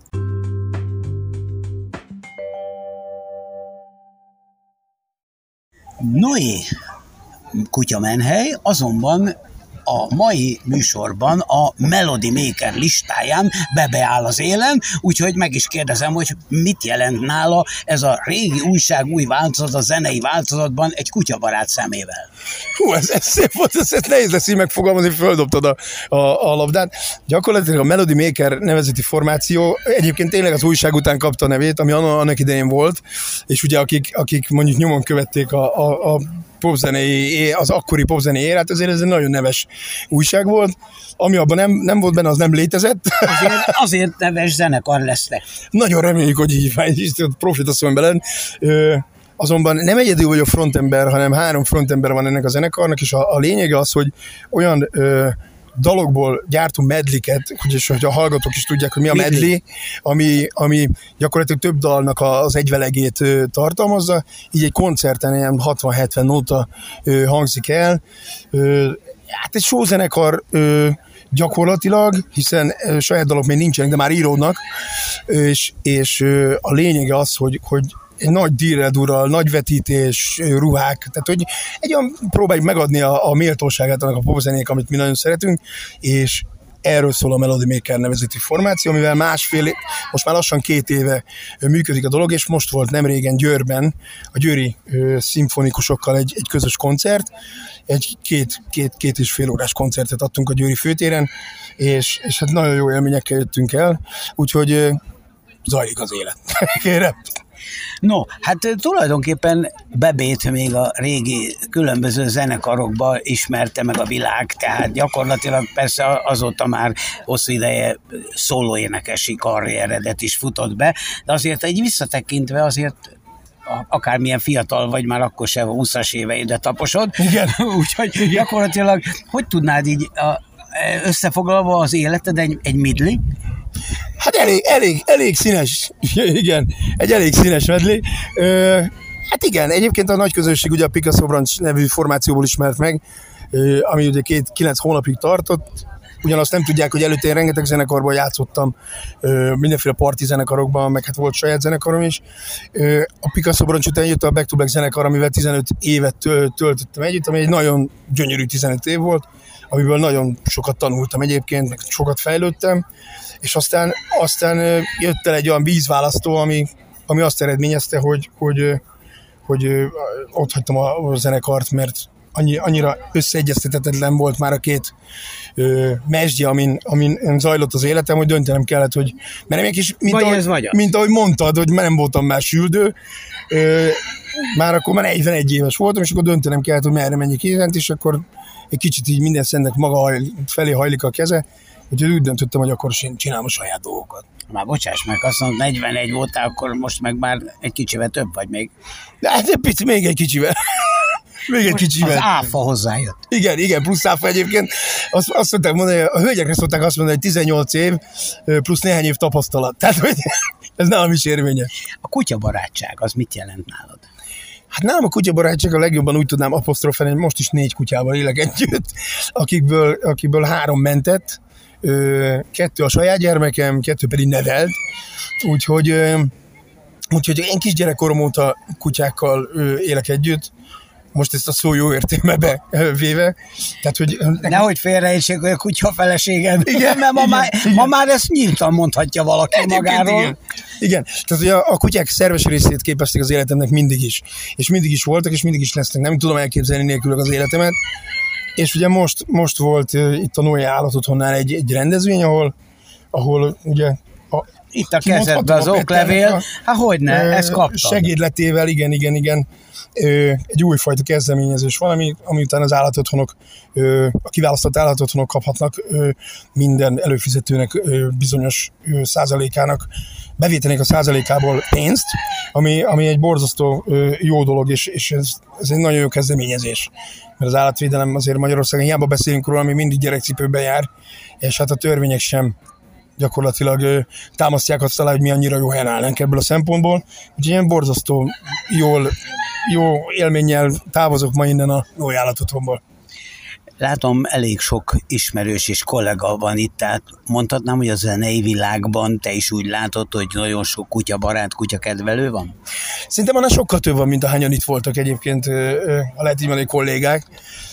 Noé kutyamenhely azonban a mai műsorban a Melody Maker listáján beáll az élen, úgyhogy meg is kérdezem, hogy mit jelent nála ez a régi újság új változat, a zenei változatban egy kutyabarát szemével. Hú, ez szép volt, ez nehéz lesz így megfogalmazni, földobtad a labdát. Gyakorlatilag a Melody Maker nevezeti formáció egyébként tényleg az újság után kapta a nevét, ami annak idején volt, és ugye akik mondjuk nyomon követték a az akkori popzenei érát, azért ez egy nagyon neves újság volt. Ami abban nem volt benne, az nem létezett. Azért neves zenekar lesznek. Nagyon reméljük, hogy így profit asszony belen. Azonban nem egyedül vagyok frontember, hanem 3 frontember van ennek a zenekarnak, és a lényege az, hogy olyan dalokból gyártunk medliket, hogy a hallgatók is tudják, hogy mi a medley, ami gyakorlatilag több dalnak az egyvelegét tartalmazza, így egy koncerten ilyen 60-70 nóta hangzik el. Hát egy showzenekar gyakorlatilag, hiszen saját dalok még nincsenek, de már íródnak, és a lényege az, hogy egy nagy dirrel-durral, nagy vetítés, ruhák, tehát hogy egy olyan próbáljuk megadni a méltóságát annak a popzenék, amit mi nagyon szeretünk, és erről szól a Melody Maker nevezeti formáció, amivel most már lassan 2 éve működik a dolog, és most volt nemrégen Győrben a győri szimfonikusokkal egy közös koncert, egy 2,5 órás koncertet adtunk a győri főtéren, és hát nagyon jó élményekkel jöttünk el, úgyhogy zajlik az élet. Kérem. No, hát tulajdonképpen Bebét még a régi különböző zenekarokba ismerte meg a világ, tehát gyakorlatilag persze azóta már hosszú ideje szólóénekesi karrieredet is futott be, de azért egy visszatekintve azért akármilyen fiatal vagy, már akkor sem 20-as éveid taposod. Igen. Úgyhogy gyakorlatilag hogy tudnád így összefoglalva az életed egy midli? Hát elég színes, igen, egy elég színes medley. Hát igen, egyébként a nagy közösség ugye a Picasso Branch nevű formációból ismert meg, ami ugye 9 hónapig tartott. Ugyanazt nem tudják, hogy előtte én rengeteg zenekarban játszottam, mindenféle parti zenekarokban, meg hát volt saját zenekarom is. A Picasso Branch után jött a Back to Black zenekar, amivel 15 évet töltöttem együtt, ami egy nagyon gyönyörű 15 év volt, amiből nagyon sokat tanultam egyébként, meg sokat fejlődtem, és aztán jött el egy olyan vízválasztó, ami azt eredményezte, hogy ott hagytam a zenekart, mert annyira összeegyeztethetetlen volt már a két mesdje, amin zajlott az életem, hogy döntenem kellett, hogy mert egy kis, mint ahogy mondtad, hogy nem voltam már süldő, már akkor már 41 éves voltam, és akkor döntenem kellett, hogy merre menjek iránt, és akkor egy kicsit így minden szennek maga felé hajlik a keze, úgyhogy úgy döntöttem, hogy akkor csinálom a saját dolgokat. Már bocsáss meg, azt mondod, 41 voltál, akkor most meg már egy kicsivel több vagy még. De hát egy pici, még egy kicsivel. Még egy kicsivel. Az áfa hozzájött. Igen, plusz áfa egyébként. Azt szokták mondani, a hölgyekre szokták azt mondani, hogy 18 év plusz néhány év tapasztalat. Tehát, hogy ez nálam is érvényes. A kutyabarátság, az mit jelent nálad? Hát nálam a kutyabarátság a legjobban úgy tudnám apostrofálni, hogy most is 4 kutyával élek együtt, akikből 3 mentett, 2 a saját gyermekem, 2 pedig nevelt. Úgyhogy én kisgyerekkorom óta kutyákkal élek együtt, most ezt a szó jó értelmebe véve. Tehát, hogy nehogy félreértsék, hogy a kutya feleséged. Igen, mert ma már ezt nyíltan mondhatja valaki magáról. Igen. Tehát, hogy a kutyák szerves részét képezték az életemnek mindig is. És mindig is voltak, és mindig is lesznek. Nem tudom elképzelni nélkülök az életemet. És ugye most volt itt a Noé Állatotthonnál egy rendezvény, ahol ugye itt a kezedben az oklevél, hát hogyne, ezt kaptad. Segédletével, igen. Egy újfajta kezdeményezés van, ami után az állatotthonok, a kiválasztott állatotthonok kaphatnak minden előfizetőnek bizonyos százalékának, bevételének a százalékából pénzt, ami egy borzasztó jó dolog, és ez egy nagyon jó kezdeményezés. Mert az állatvédelem azért Magyarországon hiába beszélünk róla, ami mindig gyerekcipőben jár, és hát a törvények sem gyakorlatilag támasztják azt alá, hogy mi annyira jó helyen állnánk ebből a szempontból. Úgyhogy ilyen borzasztó jó élménnyel távozok ma innen a Noé Állatotthonból. Látom, elég sok ismerős és kollega van itt, tehát mondhatnám, hogy a zenei világban te is úgy látod, hogy nagyon sok kutyabarát, kutyakedvelő van? Szerintem annál sokkal több van, mint ahányan itt voltak egyébként, ha lehet így mondani, kollégák.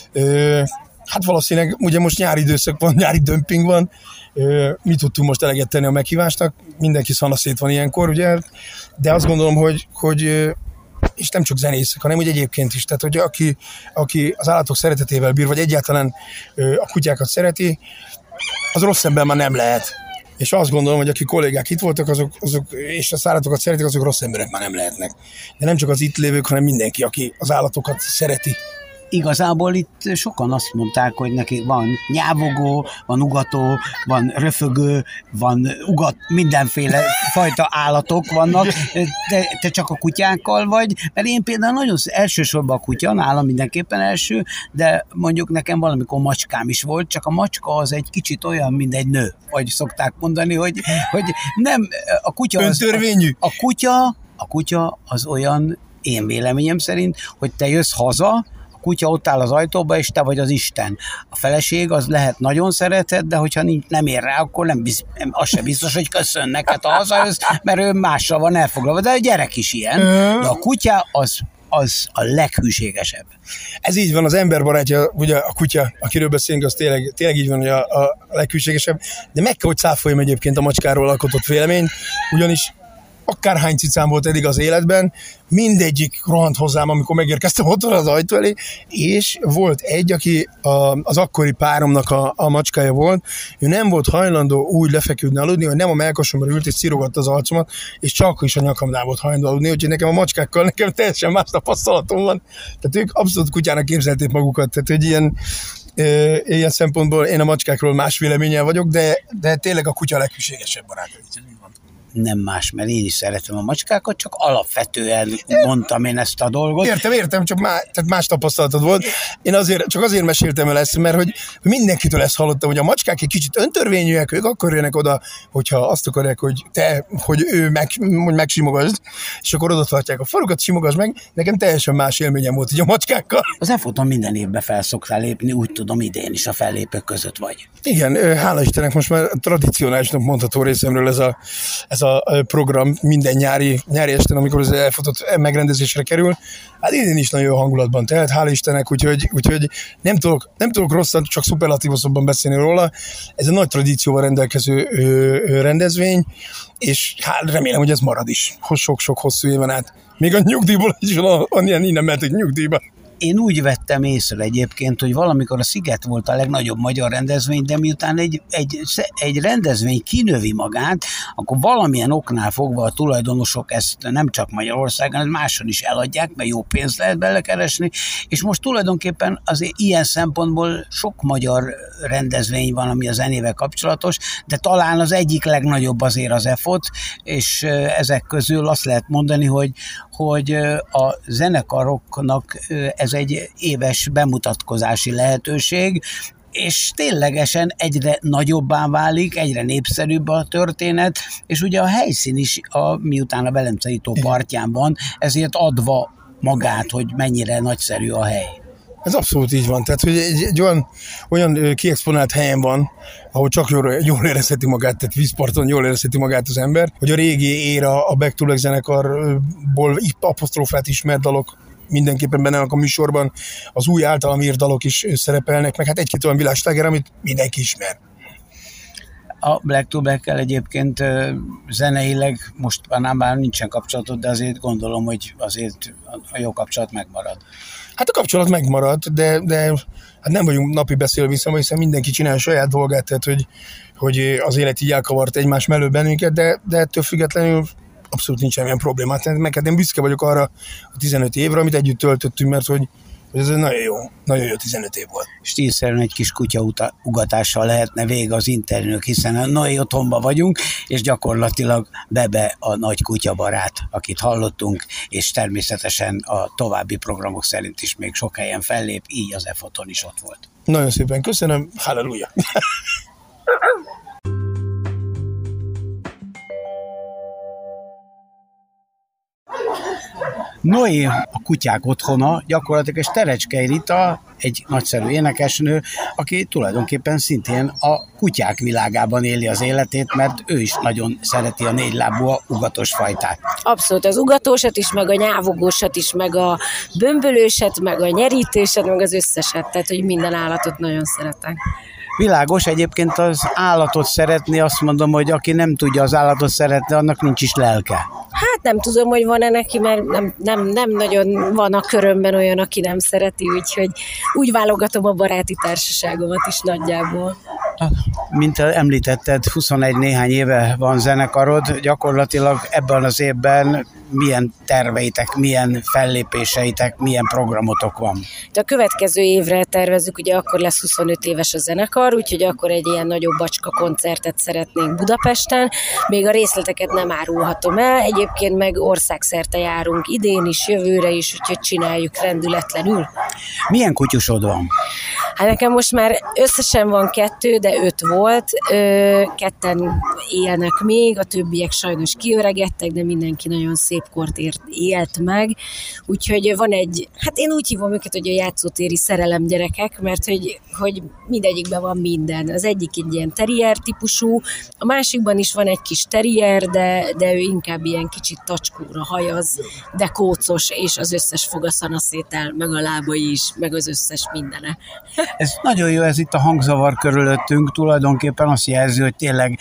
Hát valószínűleg ugye most nyári időszak van, nyári dömping van, mi tudtunk most eleget tenni a meghívásnak, mindenki szanaszét van ilyenkor, ugye, de azt gondolom, hogy és nem csak zenészek, hanem úgy egyébként is, tehát hogy aki az állatok szeretetével bír, vagy egyáltalán a kutyákat szereti, az rossz ember már nem lehet. És azt gondolom, hogy aki kollégák itt voltak, azok és az állatokat szeretik, azok rossz emberek már nem lehetnek. De nem csak az itt lévők, hanem mindenki, aki az állatokat szereti. Igazából itt sokan azt mondták, hogy nekik van nyávogó, van ugató, van röfögő, van mindenféle fajta állatok vannak. Te csak a kutyákkal vagy, mert én például nagyon elsősorban a kutya, nálam mindenképpen első, de mondjuk nekem valamikor macskám is volt, csak a macska az egy kicsit olyan, mint egy nő, vagy szokták mondani, hogy nem, a kutya az... Öntörvényű. A kutya az olyan, én véleményem szerint, hogy te jössz haza, a kutya ott áll az ajtóba, és te vagy az Isten. A feleség az lehet nagyon szereted, de hogyha nem ér rá, akkor az sem biztos, hogy köszönnek. Hát ha hazajössz, mert ő mással van elfoglalva. De a gyerek is ilyen. De a kutya az a leghűségesebb. Ez így van, az emberbarátja, ugye a kutya, akiről beszélünk, az tényleg így van, hogy a leghűségesebb. De meg kell, hogy cáfoljam egyébként a macskáról alkotott véleményt, ugyanis akárhány cicám volt eddig az életben, mindegyik rohant hozzám, amikor megérkeztem otthon az ajtó elé, és volt egy, aki az akkori páromnak a macskája volt, ő nem volt hajlandó úgy lefeküdni aludni, hogy nem a mellkasomra ült és szirogatta az arcomat, és csak is a nyakamnál volt hajlandó aludni, úgyhogy nekem a macskákkal nekem teljesen más tapasztalatom van. Tehát ők abszolút kutyának képzelték magukat, tehát hogy ilyen szempontból én a macskákról más véleménnyel vagyok, de tényleg a kutya a leghűségesebb barát. Nem más, mert én is szeretem a macskákat, csak alapvetően mondtam én ezt a dolgot. Értem, csak tehát más tapasztalatod volt. Én csak azért meséltem el ezt, mert hogy mindenkitől ezt hallottam, hogy a macskák egy kicsit öntörvényűek, ők akkor jönnek oda, hogyha azt akarják, hogy ő megsimogasd, és akkor oda tartják a falukat, simogasd meg. Nekem teljesen más élményem volt így a macskákkal. Az EFOT-on minden évben fel szoktál lépni, úgy tudom, idén is a fellépők között vagy. Igen, hála Istennek most már tradicionálisnak mondható részemről ez a program minden nyári esten, amikor az EFOT megrendezésre kerül. Hát idén is nagyon jó hangulatban telt, hála Istennek, úgyhogy nem tudok rosszat, csak szuperlatívoszabban beszélni róla. Ez egy nagy tradícióval rendelkező rendezvény, és hát remélem, hogy ez marad is, sok-sok hosszú éven át. Még a nyugdíjból is innen mehetünk nyugdíjba. Én úgy vettem észre egyébként, hogy valamikor a Sziget volt a legnagyobb magyar rendezvény, de miután egy rendezvény kinövi magát, akkor valamilyen oknál fogva a tulajdonosok ezt nem csak Magyarországon, hanem máshol is eladják, mert jó pénzt lehet belekeresni, és most tulajdonképpen azért ilyen szempontból sok magyar rendezvény van, ami a zenével kapcsolatos, de talán az egyik legnagyobb azért az EFOT, és ezek közül azt lehet mondani, hogy a zenekaroknak ez egy éves bemutatkozási lehetőség, és ténylegesen egyre nagyobbá válik, egyre népszerűbb a történet, és ugye a helyszín is, miután a Velencei tó partján van, ezért adva magát, hogy mennyire nagyszerű a hely. Ez abszolút így van, tehát hogy egy olyan kiexponált helyen van, ahol csak jól érezheti magát, tehát vízparton jól érezheti magát az ember, hogy a régi éra a Back to Black zenekarból apostrofát ismert dalok mindenképpen benne a műsorban, az új általam írt dalok is szerepelnek, meg hát egy-két olyan világsláger, amit mindenki ismer. A Black to Black-kel egyébként zeneileg most már nincsen kapcsolatod, de azért gondolom, hogy azért a jó kapcsolat megmarad. Hát a kapcsolat megmarad, de hát nem vagyunk napi beszélviszonyban, hiszen mindenki csinál a saját dolgát, tehát hogy az élet így elkavart egymás mellől bennünket, de ettől függetlenül abszolút nincs semmilyen problémát. Meg hát én büszke vagyok arra a 15 évre, amit együtt töltöttünk, mert hogy ez egy nagyon jó 15 év volt. Stílszerűen egy kis kutyaugatással lehetne vége az interjúnak, hiszen a Noé otthonban vagyunk, és gyakorlatilag Bebe a nagy kutyabarát, akit hallottunk, és természetesen a további programok szerint is még sok helyen fellép, így az EFOT-on is ott volt. Nagyon szépen köszönöm, halleluja! Noé a kutyák otthona, gyakorlatilag és Terecskei Rita, egy nagyszerű énekesnő, aki tulajdonképpen szintén a kutyák világában éli az életét, mert ő is nagyon szereti a négylábú ugatos fajtát. Abszolút, az ugatósat is, meg a nyávogósat is, meg a bömbölőset, meg a nyerítőset, meg az összeset, tehát hogy minden állatot nagyon szeretek. Világos, egyébként az állatot szeretni, azt mondom, hogy aki nem tudja az állatot szeretni, annak nincs is lelke. Hát nem tudom, hogy van-e neki, mert nem nagyon van a körömben olyan, aki nem szereti, úgyhogy úgy válogatom a baráti társaságomat is nagyjából. Mint említetted, 21 néhány éve van zenekarod, gyakorlatilag ebben az évben milyen terveitek, milyen fellépéseitek, milyen programotok van? De a következő évre tervezzük, ugye akkor lesz 25 éves a zenekar, úgyhogy akkor egy ilyen nagyobb bacska koncertet szeretnénk Budapesten. Még a részleteket nem árulhatom el, egyébként meg országszerte járunk idén is, jövőre is, úgyhogy csináljuk rendületlenül. Milyen kutyusod van? Hát nekem most már összesen van 2, de 5 volt, 2 élnek még, a többiek sajnos kiöregettek, de mindenki nagyon szép kort élt meg, úgyhogy van egy, hát én úgy hívom őket, hogy a játszótéri szerelem gyerekek, mert hogy mindegyikben van minden. Az egyik egy ilyen terrier típusú, a másikban is van egy kis terrier, de ő inkább ilyen kicsit tacskóra hajaz, de kócos, és az összes foga szanaszétel, meg a lábai is, meg az összes mindene. Ez nagyon jó, ez itt a hangzavar körülöttünk, tulajdonképpen azt jelzi, hogy tényleg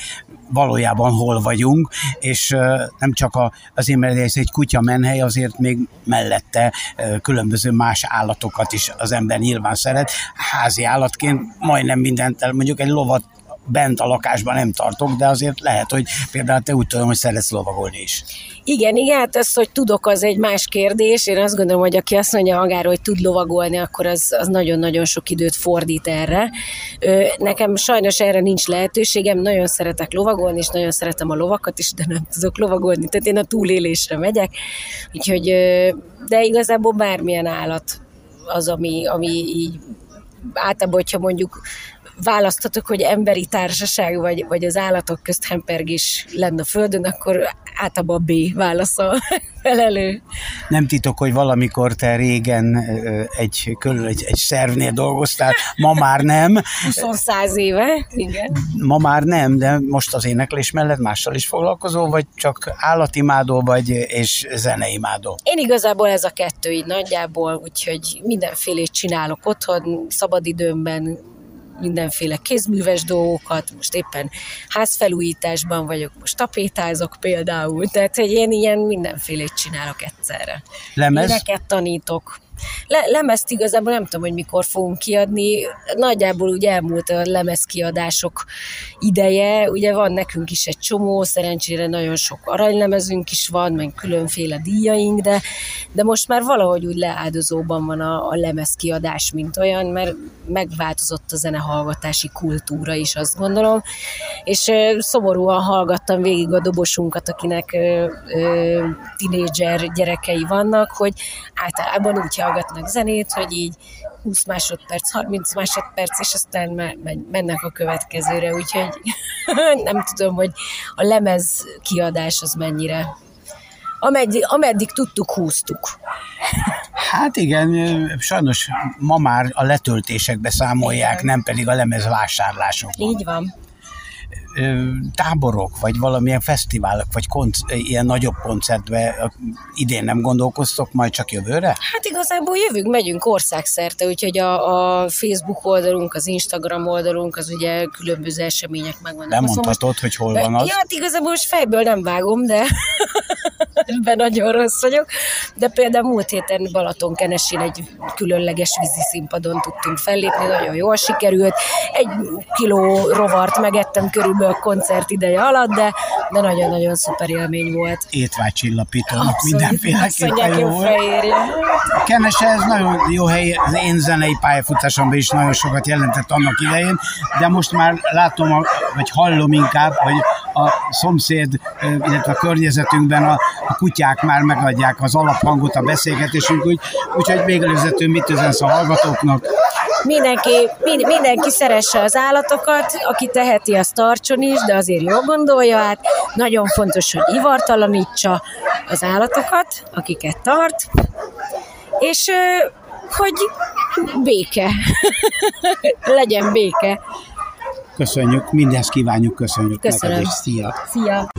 valójában hol vagyunk, és nem csak azért, mert ez egy kutya menhely, azért még mellette különböző más állatokat is az ember nyilván szeret. Házi állatként majdnem mindent, mondjuk egy lovat bent a lakásban nem tartok, de azért lehet, hogy például te úgy tudom, hogy szeretsz lovagolni is. Igen, hát az, hogy tudok, az egy más kérdés. Én azt gondolom, hogy aki azt mondja magáról, hogy tud lovagolni, akkor az nagyon-nagyon sok időt fordít erre. Nekem sajnos erre nincs lehetőségem, nagyon szeretek lovagolni, és nagyon szeretem a lovakat is, de nem tudok lovagolni, tehát én a túlélésre megyek. Úgyhogy, de igazából bármilyen állat az, ami így általában, hogyha mondjuk választhatok, hogy emberi társaság, vagy az állatok közt hempergés lenne a földön, akkor általában B válasz a felelő. Nem titok, hogy valamikor te régen egy szervnél dolgoztál, ma már nem. 20-100 éve, igen. Ma már nem, de most az éneklés mellett mással is foglalkozol, vagy csak állatimádó vagy és zeneimádó? Én igazából ez a kettő így nagyjából, úgyhogy mindenfélét csinálok otthon, szabadidőmben, mindenféle kézműves dolgokat, most éppen házfelújításban vagyok, most tapétázok például, tehát hogy én ilyen mindenfélét csinálok egyszerre. Lemez? Éneket tanítok. Lemezt igazából nem tudom, hogy mikor fogunk kiadni. Nagyjából úgy elmúlt a lemezkiadások ideje. Ugye van nekünk is egy csomó, szerencsére nagyon sok aranylemezünk is van, meg különféle díjaink, de most már valahogy úgy leáldozóban van a lemezkiadás, mint olyan, mert megváltozott a zenehallgatási kultúra is, azt gondolom. És szomorúan hallgattam végig a dobosunkat, akinek tinédzser gyerekei vannak, hogy általában úgy hallgatnak zenét, hogy így 20 másodperc, 30 másodperc, és aztán mennek a következőre, úgyhogy nem tudom, hogy a lemez kiadás az mennyire. Ameddig tudtuk, húztuk. Hát igen, sajnos ma már a letöltésekbe számolják, igen. Nem pedig a lemezvásárlások. Így van. Táborok, vagy valamilyen fesztiválok, vagy ilyen nagyobb koncertbe idén nem gondolkoztok, majd csak jövőre? Hát igazából megyünk országszerte, úgyhogy a Facebook oldalunk, az Instagram oldalunk, az ugye különböző események megvannak. Nem mondhatod, hogy hol van az? Ja, hát igazából most fejből nem vágom, de ebben nagyon rossz vagyok. De például múlt héten Balatonkenesén egy különleges víziszínpadon tudtunk fellépni, nagyon jól sikerült. 1 kiló rovart megettem körülbelül a koncert ideje alatt, de nagyon-nagyon szuper élmény volt. Étvágycsillapító, mindenféleképpen jó volt. Kenese, ez nagyon jó hely, az én zenei pályafutásomban is nagyon sokat jelentett annak idején, de most már látom, vagy hallom inkább, hogy a szomszéd, illetve a környezetünkben a kutyák már megadják az alaphangot a beszélgetésünk, úgyhogy még előzetül mit üzensz a hallgatóknak? Mindenki szeresse az állatokat, aki teheti, azt tartson is, de azért jól gondolja át. Nagyon fontos, hogy ivartalanítsa az állatokat, akiket tart, és hogy béke. Legyen béke. Köszönjük, mindezt kívánjuk, köszönjük. Köszönöm. Neked, és szia! Szia!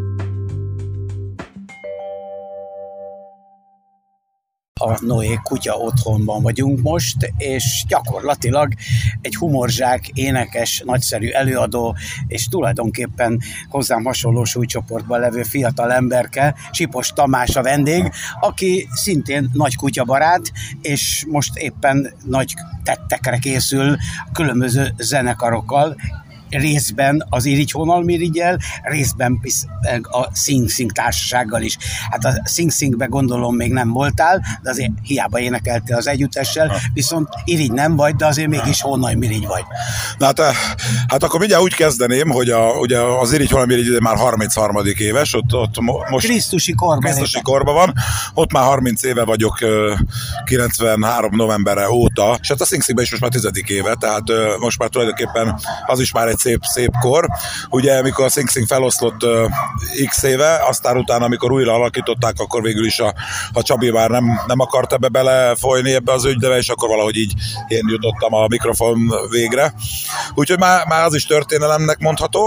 A Noé kutya otthonban vagyunk most, és gyakorlatilag egy humorzsák, énekes, nagyszerű előadó, és tulajdonképpen hozzám hasonló súlycsoportban levő fiatal emberke, Sipos Tamás a vendég, aki szintén nagy kutyabarát, és most éppen nagy tettekre készül különböző zenekarokkal, részben az Irigy Honalmirigyel, részben a Sing Sing társasággal is. Hát a Sing Singbe gondolom még nem voltál, de azért hiába énekeltél az együttessel, viszont Irigy nem vagy, de azért mégis Honalmirigy vagy. Na hát akkor mindjárt úgy kezdeném, hogy ugye az Irigy Honalmirigy már 33. éves, ott most Krisztusi korban van, ott már 30 éve vagyok, 93 novembere óta, és hát a Sing Singbe is most már 10. éve, tehát most már tulajdonképpen az is már egy szép kor. Ugye, amikor a Sing Sing feloszlott x éve, aztán utána, amikor újra alakították, akkor végül is a Csabi már nem akart ebbe belefolyni ebbe az ügybe, és akkor valahogy így én jutottam a mikrofon végre. Úgyhogy már az is történelemnek mondható.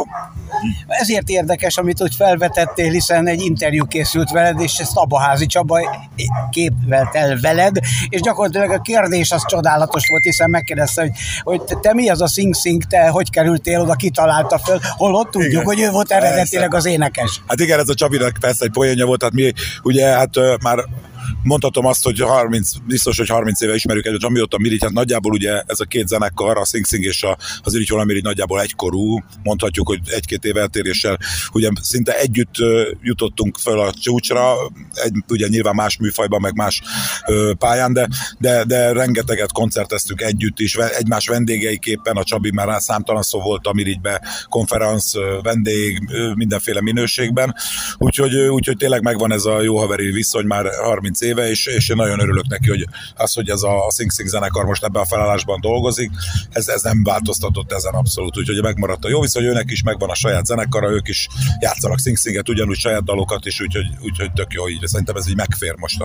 Ezért érdekes, amit úgy felvetettél, hiszen egy interjú készült veled, és ezt Abaházi Csaba képvelt el veled, és gyakorlatilag a kérdés az csodálatos volt, hiszen megkérdezte, hogy te mi az a Sing Sing, te hogy kerültél oda, kitalálta föl, holott tudjuk, igen, hogy ő volt eredetileg az énekes. Hát igen, ez a Csabinak persze egy poénja volt, tehát mi ugye hát már mondhatom azt, hogy biztos, hogy 30 éve ismerjük egyet, amióta Mirigy, hát nagyjából ugye ez a két zenekar, a Sing Sing és az Irigy Horn Mirigy nagyjából egykorú, mondhatjuk, hogy egy-két év eltéréssel, ugye szinte együtt jutottunk föl a csúcsra, ugye nyilván más műfajban, meg más pályán, de rengeteget koncerteztünk együtt is, egymás vendégeiképpen, a Csabi már számtalan szó volt a Mirigybe, konferenc, vendég, mindenféle minőségben, úgyhogy tényleg megvan ez a jó haveri viszony már 30 éve, és én nagyon örülök neki, hogy ez a Sing Sing zenekar most ebben a felállásban dolgozik, ez nem változtatott ezen abszolút, úgyhogy megmaradt a jó viszony, őnek is megvan a saját zenekara, ők is játszanak Sing Singet, ugyanúgy saját dalokat is, úgyhogy tök jó így, szerintem ez így megfér most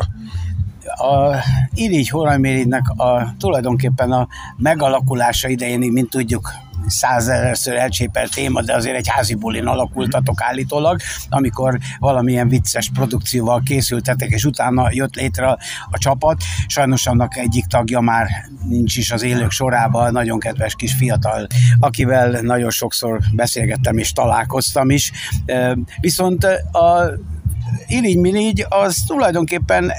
a Irigy Horn Mirigynek tulajdonképpen a megalakulása idején, mint tudjuk, 100 000-ször elcsépelt téma, de azért egy házi bulin alakultatok állítólag, amikor valamilyen vicces produkcióval készültetek, és utána jött létre a csapat. Sajnos annak egyik tagja már nincs is az élők sorában, nagyon kedves kis fiatal, akivel nagyon sokszor beszélgettem és találkoztam is. Viszont a Irigy Mirigy az tulajdonképpen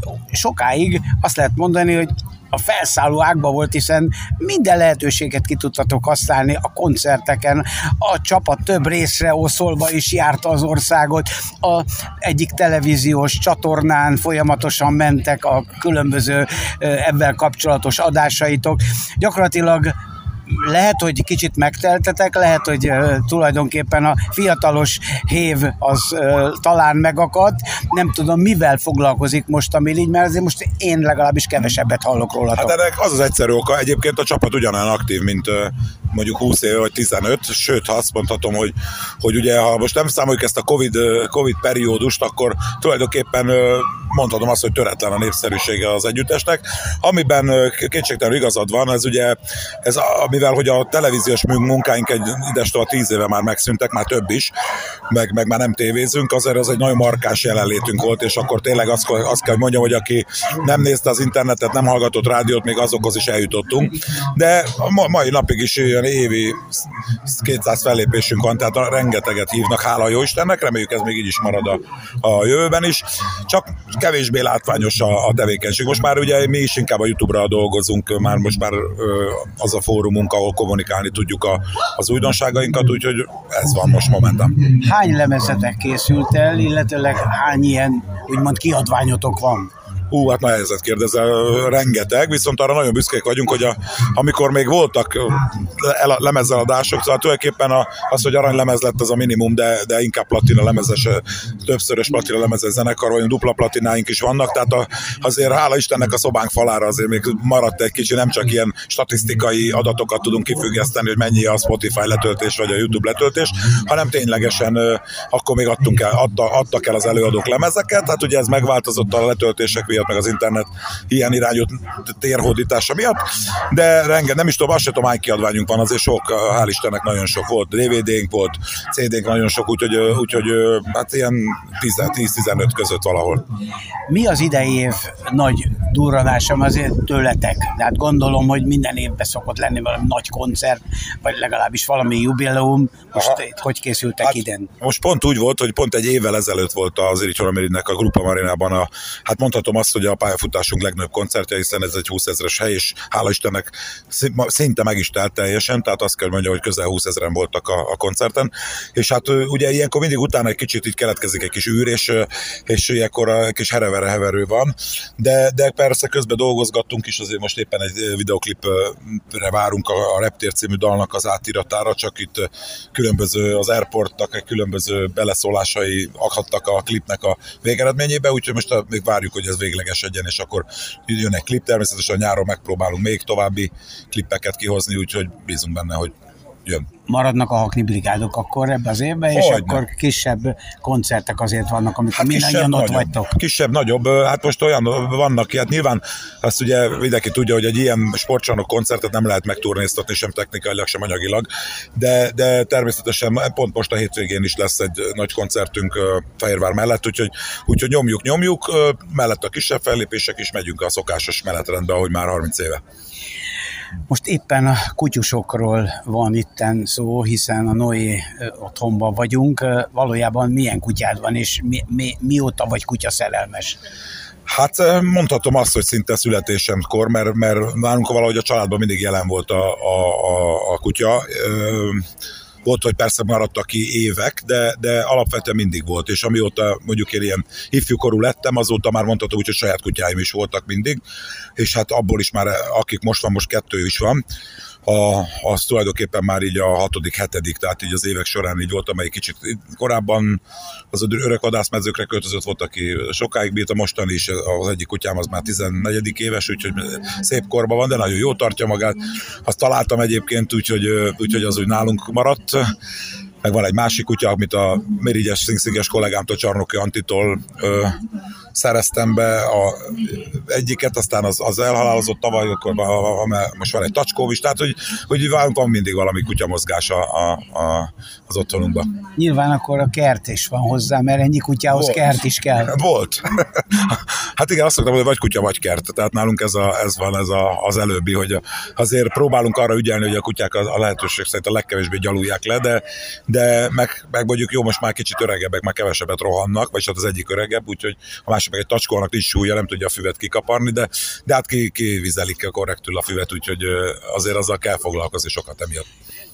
sokáig azt lehet mondani, hogy a felszálló ágba volt, hiszen minden lehetőséget ki tudtatok használni a koncerteken, a csapat több részre oszolva is járta az országot, egyik televíziós csatornán folyamatosan mentek a különböző ebben kapcsolatos adásaitok. Gyakorlatilag lehet, hogy kicsit megteltetek, lehet, hogy tulajdonképpen a fiatalos hév az talán megakadt. Nem tudom, mivel foglalkozik most a Mirigy, mert azért most én legalábbis kevesebbet hallok rólatok. Hát ennek az egyszerű oka. Egyébként a csapat ugyanolyan aktív, mint mondjuk 20 éve vagy 15, sőt, ha azt mondhatom, hogy ugye, ha most nem számoljuk ezt a Covid periódust, akkor tulajdonképpen mondhatom azt, hogy töretlen a népszerűsége az együttesnek. Amiben kétségtelenül igazad van, ez ugye, mivel hogy a televíziós munkáink idestől 10 éve már megszűntek, már több is, meg már nem tévézünk, azért az egy nagyon markáns jelenlétünk volt, és akkor tényleg azt kell, hogy mondjam, hogy aki nem nézte az internetet, nem hallgatott rádiót, még azokhoz is eljutottunk. De mai napig is ilyen évi 200 fellépésünk van, tehát rengeteget hívnak, hála jó Istennek, reméljük ez még így is marad a jövőben is, csak kevésbé látványos a tevékenység. Most már ugye mi is inkább a YouTube-ra dolgozunk, most már az a fórumunk, ahol kommunikálni tudjuk az újdonságainkat, úgyhogy ez van most momentum. Hány lemezetek készült el, illetőleg hány ilyen úgymond kiadványotok van? Hát nehezet kérdezel, rengeteg, viszont arra nagyon büszkék vagyunk, hogy amikor még voltak lemezzeladások, szóval tulajdonképpen az, hogy aranylemez lett az a minimum, de inkább platina lemezes, többszörös platina lemezes zenekar vagyunk, dupla platináink is vannak, tehát azért hála Istennek a szobánk falára azért még maradt egy kicsi, nem csak ilyen statisztikai adatokat tudunk kifüggeszteni, hogy mennyi a Spotify letöltés vagy a YouTube letöltés, hanem ténylegesen akkor még adtak el az előadók lemezeket, tehát ugye ez megváltozott a letöltések miatt, meg az internet ilyen irányú térhódítása miatt, de nem is tudom, azt sem tudom, hány kiadványunk van, azért sok, hál' Istennek nagyon sok volt, DVD-nk volt, CD-nk nagyon sok, úgyhogy hát ilyen 10-15 között valahol. Mi az idei év nagy durranásom azért tőletek? De hát gondolom, hogy minden évben szokott lenni valami nagy koncert, vagy legalábbis valami jubileum. Most hogy készültek idén? Most pont úgy volt, hogy pont egy évvel ezelőtt volt az Irigy Horn Mirigynek a Grupa Marinában hát mondhatom azt, hogy a pályafutásunk legnagyobb koncertje, hiszen ez egy 20 000-es hely, és hála Istennek szinte meg is telt teljesen, tehát azt kell mondjam, hogy közel 20 000-en voltak a koncerten, és hát ugye ilyenkor mindig utána egy kicsit így keletkezik egy kis űr, és ilyenkor egy kis heverő van, de persze közben dolgozgattunk is, azért most éppen egy videoklipre várunk a Reptér című dalnak az átiratára, csak itt különböző az Airportnak egy különböző beleszólásai akadtak a klipnek a végeredményébe, úgyhogy most még várjuk, hogy ez véglegesedjen, és akkor jön egy klip, természetesen nyáron megpróbálunk még további klippeket kihozni, úgyhogy bízunk benne, hogy jön. Maradnak a Hackney brigádok akkor ebbe az évben, és akkor kisebb koncertek azért vannak, amikor mindannyian ott vagytok. Kisebb, nagyobb, hát most olyan vannak, hát nyilván azt ugye mindenki tudja, hogy egy ilyen sportcsarnok koncertet nem lehet megturnéztatni sem technikailag, sem anyagilag, de természetesen pont most a hétvégén is lesz egy nagy koncertünk Fehérvár mellett, úgyhogy nyomjuk, mellett a kisebb fellépések is, megyünk a szokásos menetrendbe, ahogy már 30 éve. Most éppen a kutyusokról van itten szó, hiszen a Noé otthonban vagyunk. Valójában milyen kutyád van, és mióta vagy kutyaszerelmes? Hát mondhatom azt, hogy szinte születésemkor, mert nálunk valahogy a családban mindig jelen volt a kutya. Volt, hogy persze maradtak ki évek, de alapvetően mindig volt, és amióta mondjuk én ilyen ifjúkorú lettem, azóta már mondhatom úgy, hogy saját kutyáim is voltak mindig, és hát abból is már, akik most 2 is van, az tulajdonképpen már így a 6., 7., tehát így az évek során így volt, amelyik kicsit korábban az örök vadászmezőkre költözött, volt, aki sokáig bírta, mostani is az egyik kutyám az már 14. éves, úgyhogy szép korban van, de nagyon jól tartja magát. Azt találtam egyébként, úgyhogy az úgy nálunk maradt. Meg van egy másik kutya, amit a mirigyes szingszinges kollégámtól, Csarnoki Antitól szereztem be egyiket, aztán az elhalálozott tavaly, akkor most van egy tacskó is, tehát hogy van mindig valami kutyamozgás az otthonunkban. Nyilván akkor a kert is van hozzá, mert ennyi kutyához kert is kell. Volt. Hát igen, azt szoktam, hogy vagy kutya, vagy kert, tehát nálunk ez van az előbbi, hogy azért próbálunk arra ügyelni, hogy a kutyák a lehetőség szerint a legkevésbé gyalulják le, de meg mondjuk jó, most már kicsit öregebbek, már kevesebbet rohannak, vagy hát az egyik öregebb, úgyhogy a másik meg egy tacskónak nincs súlya, nem tudja a füvet kikaparni, de hát kivizelik korrektül a füvet, úgyhogy azért azzal kell foglalkozni sokat emiatt.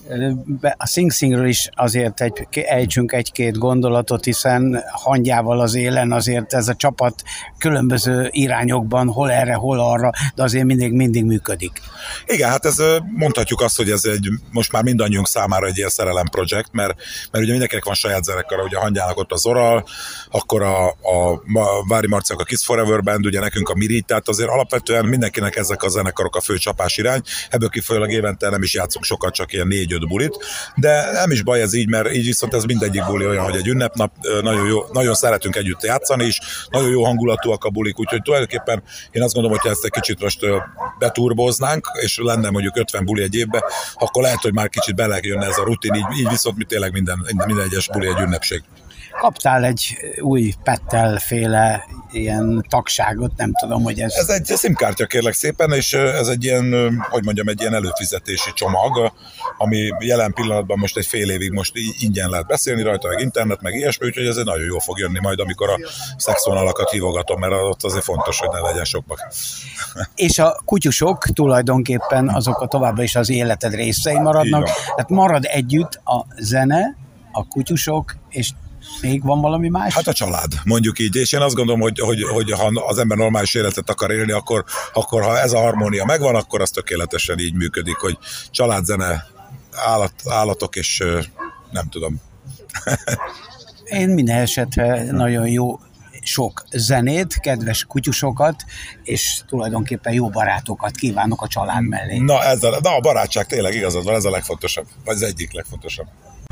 A Sing Singről is azért ejtsünk egy-két gondolatot, hiszen hangyával az élen azért ez a csapat különböző irányokban, hol erre, hol arra, de azért mindig működik. Igen, hát ez mondhatjuk azt, hogy ez most már mindannyiunk számára egy ilyen szerelem projekt, mert ugye mindenkinek van saját zenekara, ugye a hangyának ott az Oral, akkor a Vári Marciak a Kiss Forever Band, ugye nekünk a Mirigy, tehát azért alapvetően mindenkinek ezek a zenekarok a fő csapás irány, ebből kifolyólag évente nem is játszunk sokat, csak ilyen 4-5 bulit, de nem is baj ez így, mert így viszont ez mindegyik buli olyan, hogy egy ünnepnap, nagyon szeretünk együtt játszani is, nagyon jó hangulatúak a bulik, úgyhogy tulajdonképpen én azt gondolom, hogy ezt egy kicsit most beturboznánk, és lenne mondjuk 50 buli egy évben, akkor lehet, hogy már kicsit belejönne ez a rutin, így viszont mi tényleg minden egyes buli egy ünnepség. Kaptál egy új Pettel-féle ilyen tagságot, nem tudom, hogy ez... Ez egy SIM-kártya, kérlek szépen, és ez egy ilyen, hogy mondjam, egy ilyen előfizetési csomag, ami jelen pillanatban most egy fél évig most ingyen lehet beszélni rajta, meg internet, meg ilyesmi, úgyhogy ez nagyon jól fog jönni majd, amikor a szexvonalakat hívogatom, mert ott azért fontos, hogy ne legyen sokba. És a kutyusok tulajdonképpen azok továbbra is az életed részei maradnak, tehát marad együtt a zene, a kutyusok, és még van valami más? Hát a család, mondjuk így, és én azt gondolom, hogy ha az ember normális életet akar élni, akkor ha ez a harmónia megvan, akkor az tökéletesen így működik, hogy család, zene, állatok, és nem tudom. Én minden esetre nagyon jó sok zenét, kedves kutyusokat, és tulajdonképpen jó barátokat kívánok a család mellé. Na a barátság tényleg igazad van, ez a legfontosabb, vagy az egyik legfontosabb.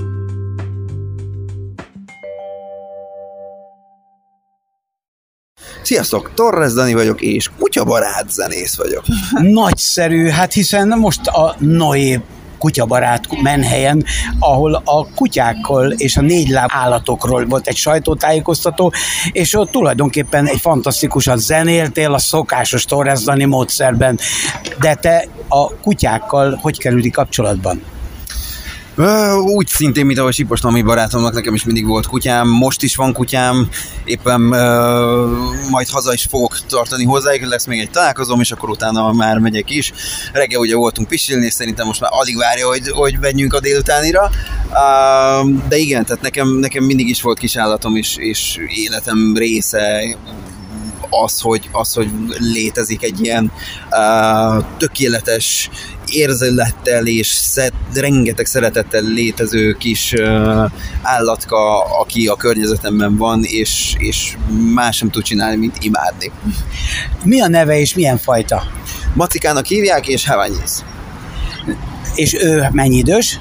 Sziasztok, Torres Dani vagyok, és kutyabarát zenész vagyok. Nagyszerű, hát hiszen most a Noé kutyabarát menhelyen, ahol a kutyákkal és a 4 láb állatokról volt egy sajtótájékoztató, és ott tulajdonképpen egy fantasztikusan zenéltél a szokásos Torres Dani módszerben. De te a kutyákkal hogy kerülti kapcsolatban? Úgy szintén, mint ahogy Sipos Tomi barátomnak, nekem is mindig volt kutyám, most is van kutyám, éppen majd haza is fogok tartani hozzájuk, lesz még egy találkozom, és akkor utána már megyek is. Reggel ugye voltunk pisilni, és szerintem most már alig várja, hogy menjünk a délutánira. De igen, tehát nekem mindig is volt kisállatom, és életem része az, hogy létezik egy ilyen tökéletes érzelettel és rengeteg szeretettel létező kis állatka, aki a környezetemben van, és más sem tud csinálni, mint imádni. Mi a neve és milyen fajta? Macikának hívják, és Havanyis. És ő mennyi idős?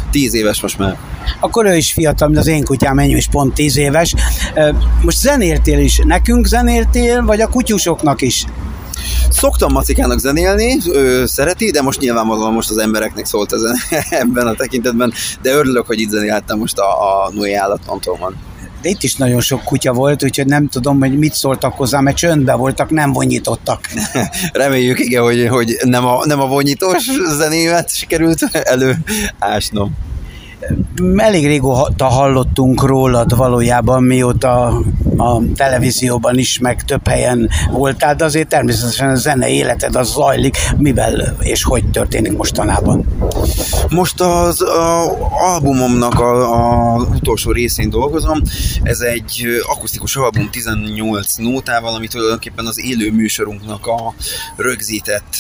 10 éves most már. Akkor ő is fiatal, mint az én kutyám, enyém is pont 10 éves. Most zenéltél is. Nekünk zenéltél, vagy a kutyusoknak is? Szoktam Macikának zenélni, ő szereti, de most nyilvánvalóan most az embereknek szólt ezen, ebben a tekintetben, de örülök, hogy itt zenéltem most a Nui állattantóban. De itt is nagyon sok kutya volt, úgyhogy nem tudom, hogy mit szóltak hozzá, mert csöndben voltak, nem vonyítottak. Reméljük, igen, hogy nem a vonyítós zenémet sikerült előásnom. Elég régóta hallottunk rólad valójában, mióta a televízióban is, meg több helyen voltál, de azért természetesen a zene életed az zajlik, mivel és hogy történik mostanában? Most az albumomnak az utolsó részén dolgozom. Ez egy akusztikus album 18 nótával, ami tulajdonképpen az élő műsorunknak a rögzített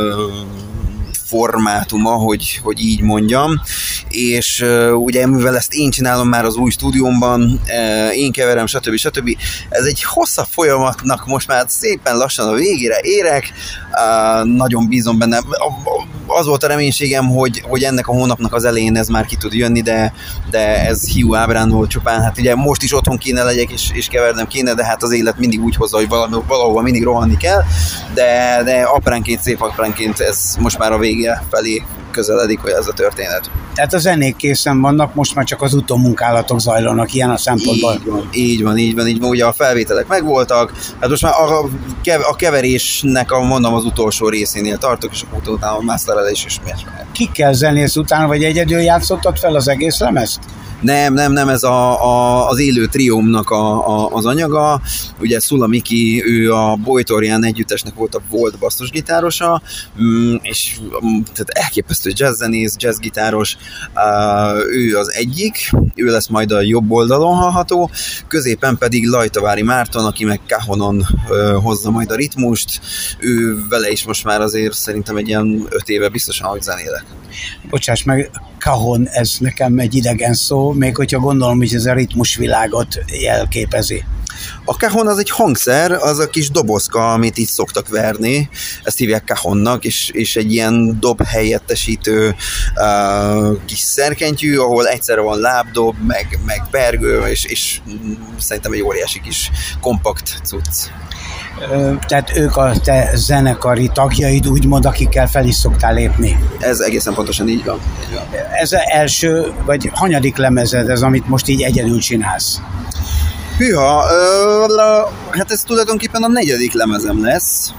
formátuma, hogy így mondjam, és ugye mivel ezt én csinálom már az új stúdiómban, én keverem, stb. Ez egy hosszabb folyamatnak most már szépen lassan a végére érek, nagyon bízom benne. Az volt a reménységem, hogy ennek a hónapnak az elején ez már ki tud jönni, de ez hiú ábrán volt csupán. Hát ugye most is otthon kéne legyek, és kevernem kéne, de hát az élet mindig úgy hozza, hogy valahova mindig rohanni kell, de apránként, szép apránként ez most már a vége felé közeledik, hogy ez a történet. Tehát a zenék készen vannak, most már csak az utómunkálatok zajlanak ilyen a szempontból. Így van. Ugye a felvételek megvoltak, hát most már a keverésnek mondom az utolsó részénél tartok, és akkor utána a masterelés is miért. Kikkel zenész utána, vagy egyedül játszottad fel az egész lemezt? Nem, ez az élő triómnak az anyaga. Ugye Szula Miki, ő a Bojtorján együttesnek volt basszusgitárosa, és tehát elképesztő jazzzenész, jazzgitáros. Ő az egyik, ő lesz majd a jobb oldalon hallható, középen pedig Lajtavári Márton, aki meg cajonon hozza majd a ritmust. Ő vele is most már azért szerintem egy ilyen 5 éve biztosan, hogy zenélek. Bocsáss meg, cajon, ez nekem egy idegen szó, még hogyha gondolom, hogy ez a ritmusvilágot jelképezi. A cajon az egy hangszer, az a kis dobozka, amit itt szoktak verni, ezt hívják cajonnak, és egy ilyen dob helyettesítő kis szerkentyű, ahol egyszerre van lábdob, meg pergő, és szerintem egy óriási kis kompakt cucc. Tehát ők a te zenekari tagjaid, úgymond, akikkel fel is szoktál lépni. Ez egészen pontosan így van. Ez az első, vagy hanyadik lemezed ez, amit most így egyedül csinálsz? Hűha, hát ez tulajdonképpen a 4. lemezem lesz.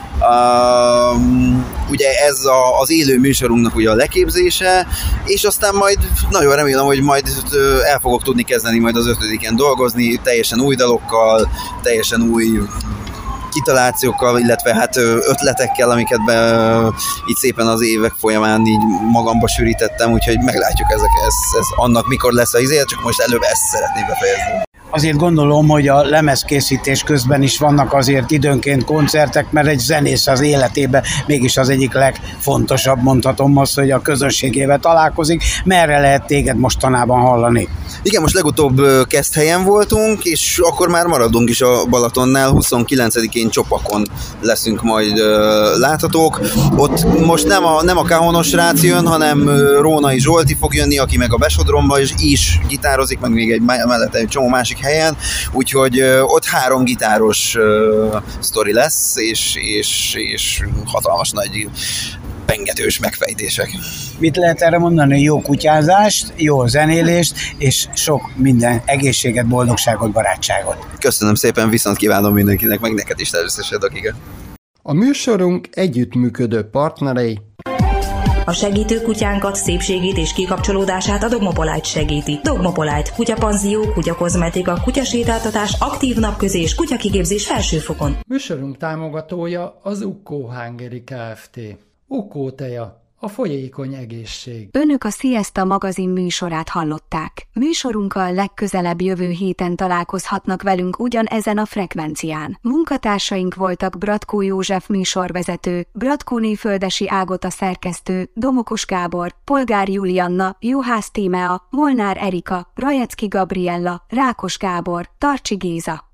Ugye ez az élő műsorunknak ugye a leképzése, és aztán majd nagyon remélem, hogy majd el fogok tudni kezdeni majd az 5-en dolgozni, teljesen új dalokkal, teljesen új kitalációkkal, illetve hát ötletekkel, amiket így szépen az évek folyamán így magamba sűrítettem, úgyhogy meglátjuk ez annak mikor lesz az izé, csak most előbb ezt szeretném befejezni. Azért gondolom, hogy a lemezkészítés közben is vannak azért időnként koncertek, mert egy zenész az életében mégis az egyik legfontosabb, mondhatom azt, hogy a közönségével találkozik. Merre lehet téged mostanában hallani? Igen, most legutóbb Keszthelyen voltunk, és akkor már maradunk is a Balatonnál, 29-én Csopakon leszünk majd láthatók. Ott most nem a cajonos srác jön, hanem Rónai Zsolti fog jönni, aki meg a Besodromba is gitározik, meg még mellett egy csomó másik helyen, úgyhogy ott 3 gitáros sztori lesz, és hatalmas nagy pengetős megfejtések. Mit lehet erre mondani? Jó kutyázást, jó zenélést, és sok minden egészséget, boldogságot, barátságot. Köszönöm szépen, viszont kívánom mindenkinek, meg neked is természetesen, Dakika. A műsorunk együttműködő partnerei: a segítő kutyánkat, szépségét és kikapcsolódását a Dogmopolite segíti. Dogmopolite, kutyapanzió, kutyakozmetika, kutyasétáltatás, aktív napközés, kutyakigépzés felsőfokon. Műsorunk támogatója az Ukkó Hungary Kft. Ukkó teja, a folyékony egészség. Önök a Siesta magazin műsorát hallották. Műsorunkkal legközelebb jövő héten találkozhatnak velünk ugyanezen a frekvencián. Munkatársaink voltak Bratkó József műsorvezető, Bratkóné Földesi Ágota szerkesztő, Domokos Gábor, Polgár Julianna, Juhász Tímea, Molnár Erika, Rajecki Gabriella, Rákos Gábor, Tarcsi Géza.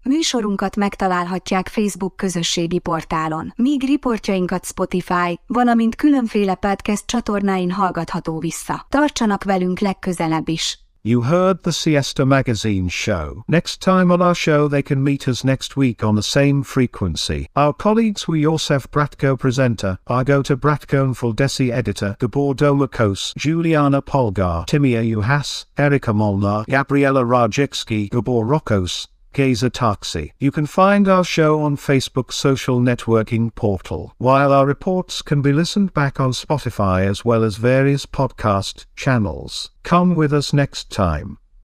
Műsorunkat megtalálhatják Facebook közösségi portálon, míg riportjainkat Spotify, valamint különféle podcast csatornáin hallgatható vissza. Tartsanak velünk legközelebb is! You heard the Siesta Magazine show. Next time on our show they can meet us next week on the same frequency. Our colleagues were Josef Bratko presenter, Argota Bratko Fuldesi editor, Gabor Domakos, Juliana Polgar, Timia Juhas, Erika Molnar, Gabriela Rajecki, Gabor Rokos, Geza Taxi. You can find our show on Facebook's social networking portal, while our reports can be listened back on Spotify as well as various podcast channels. Come with us next time.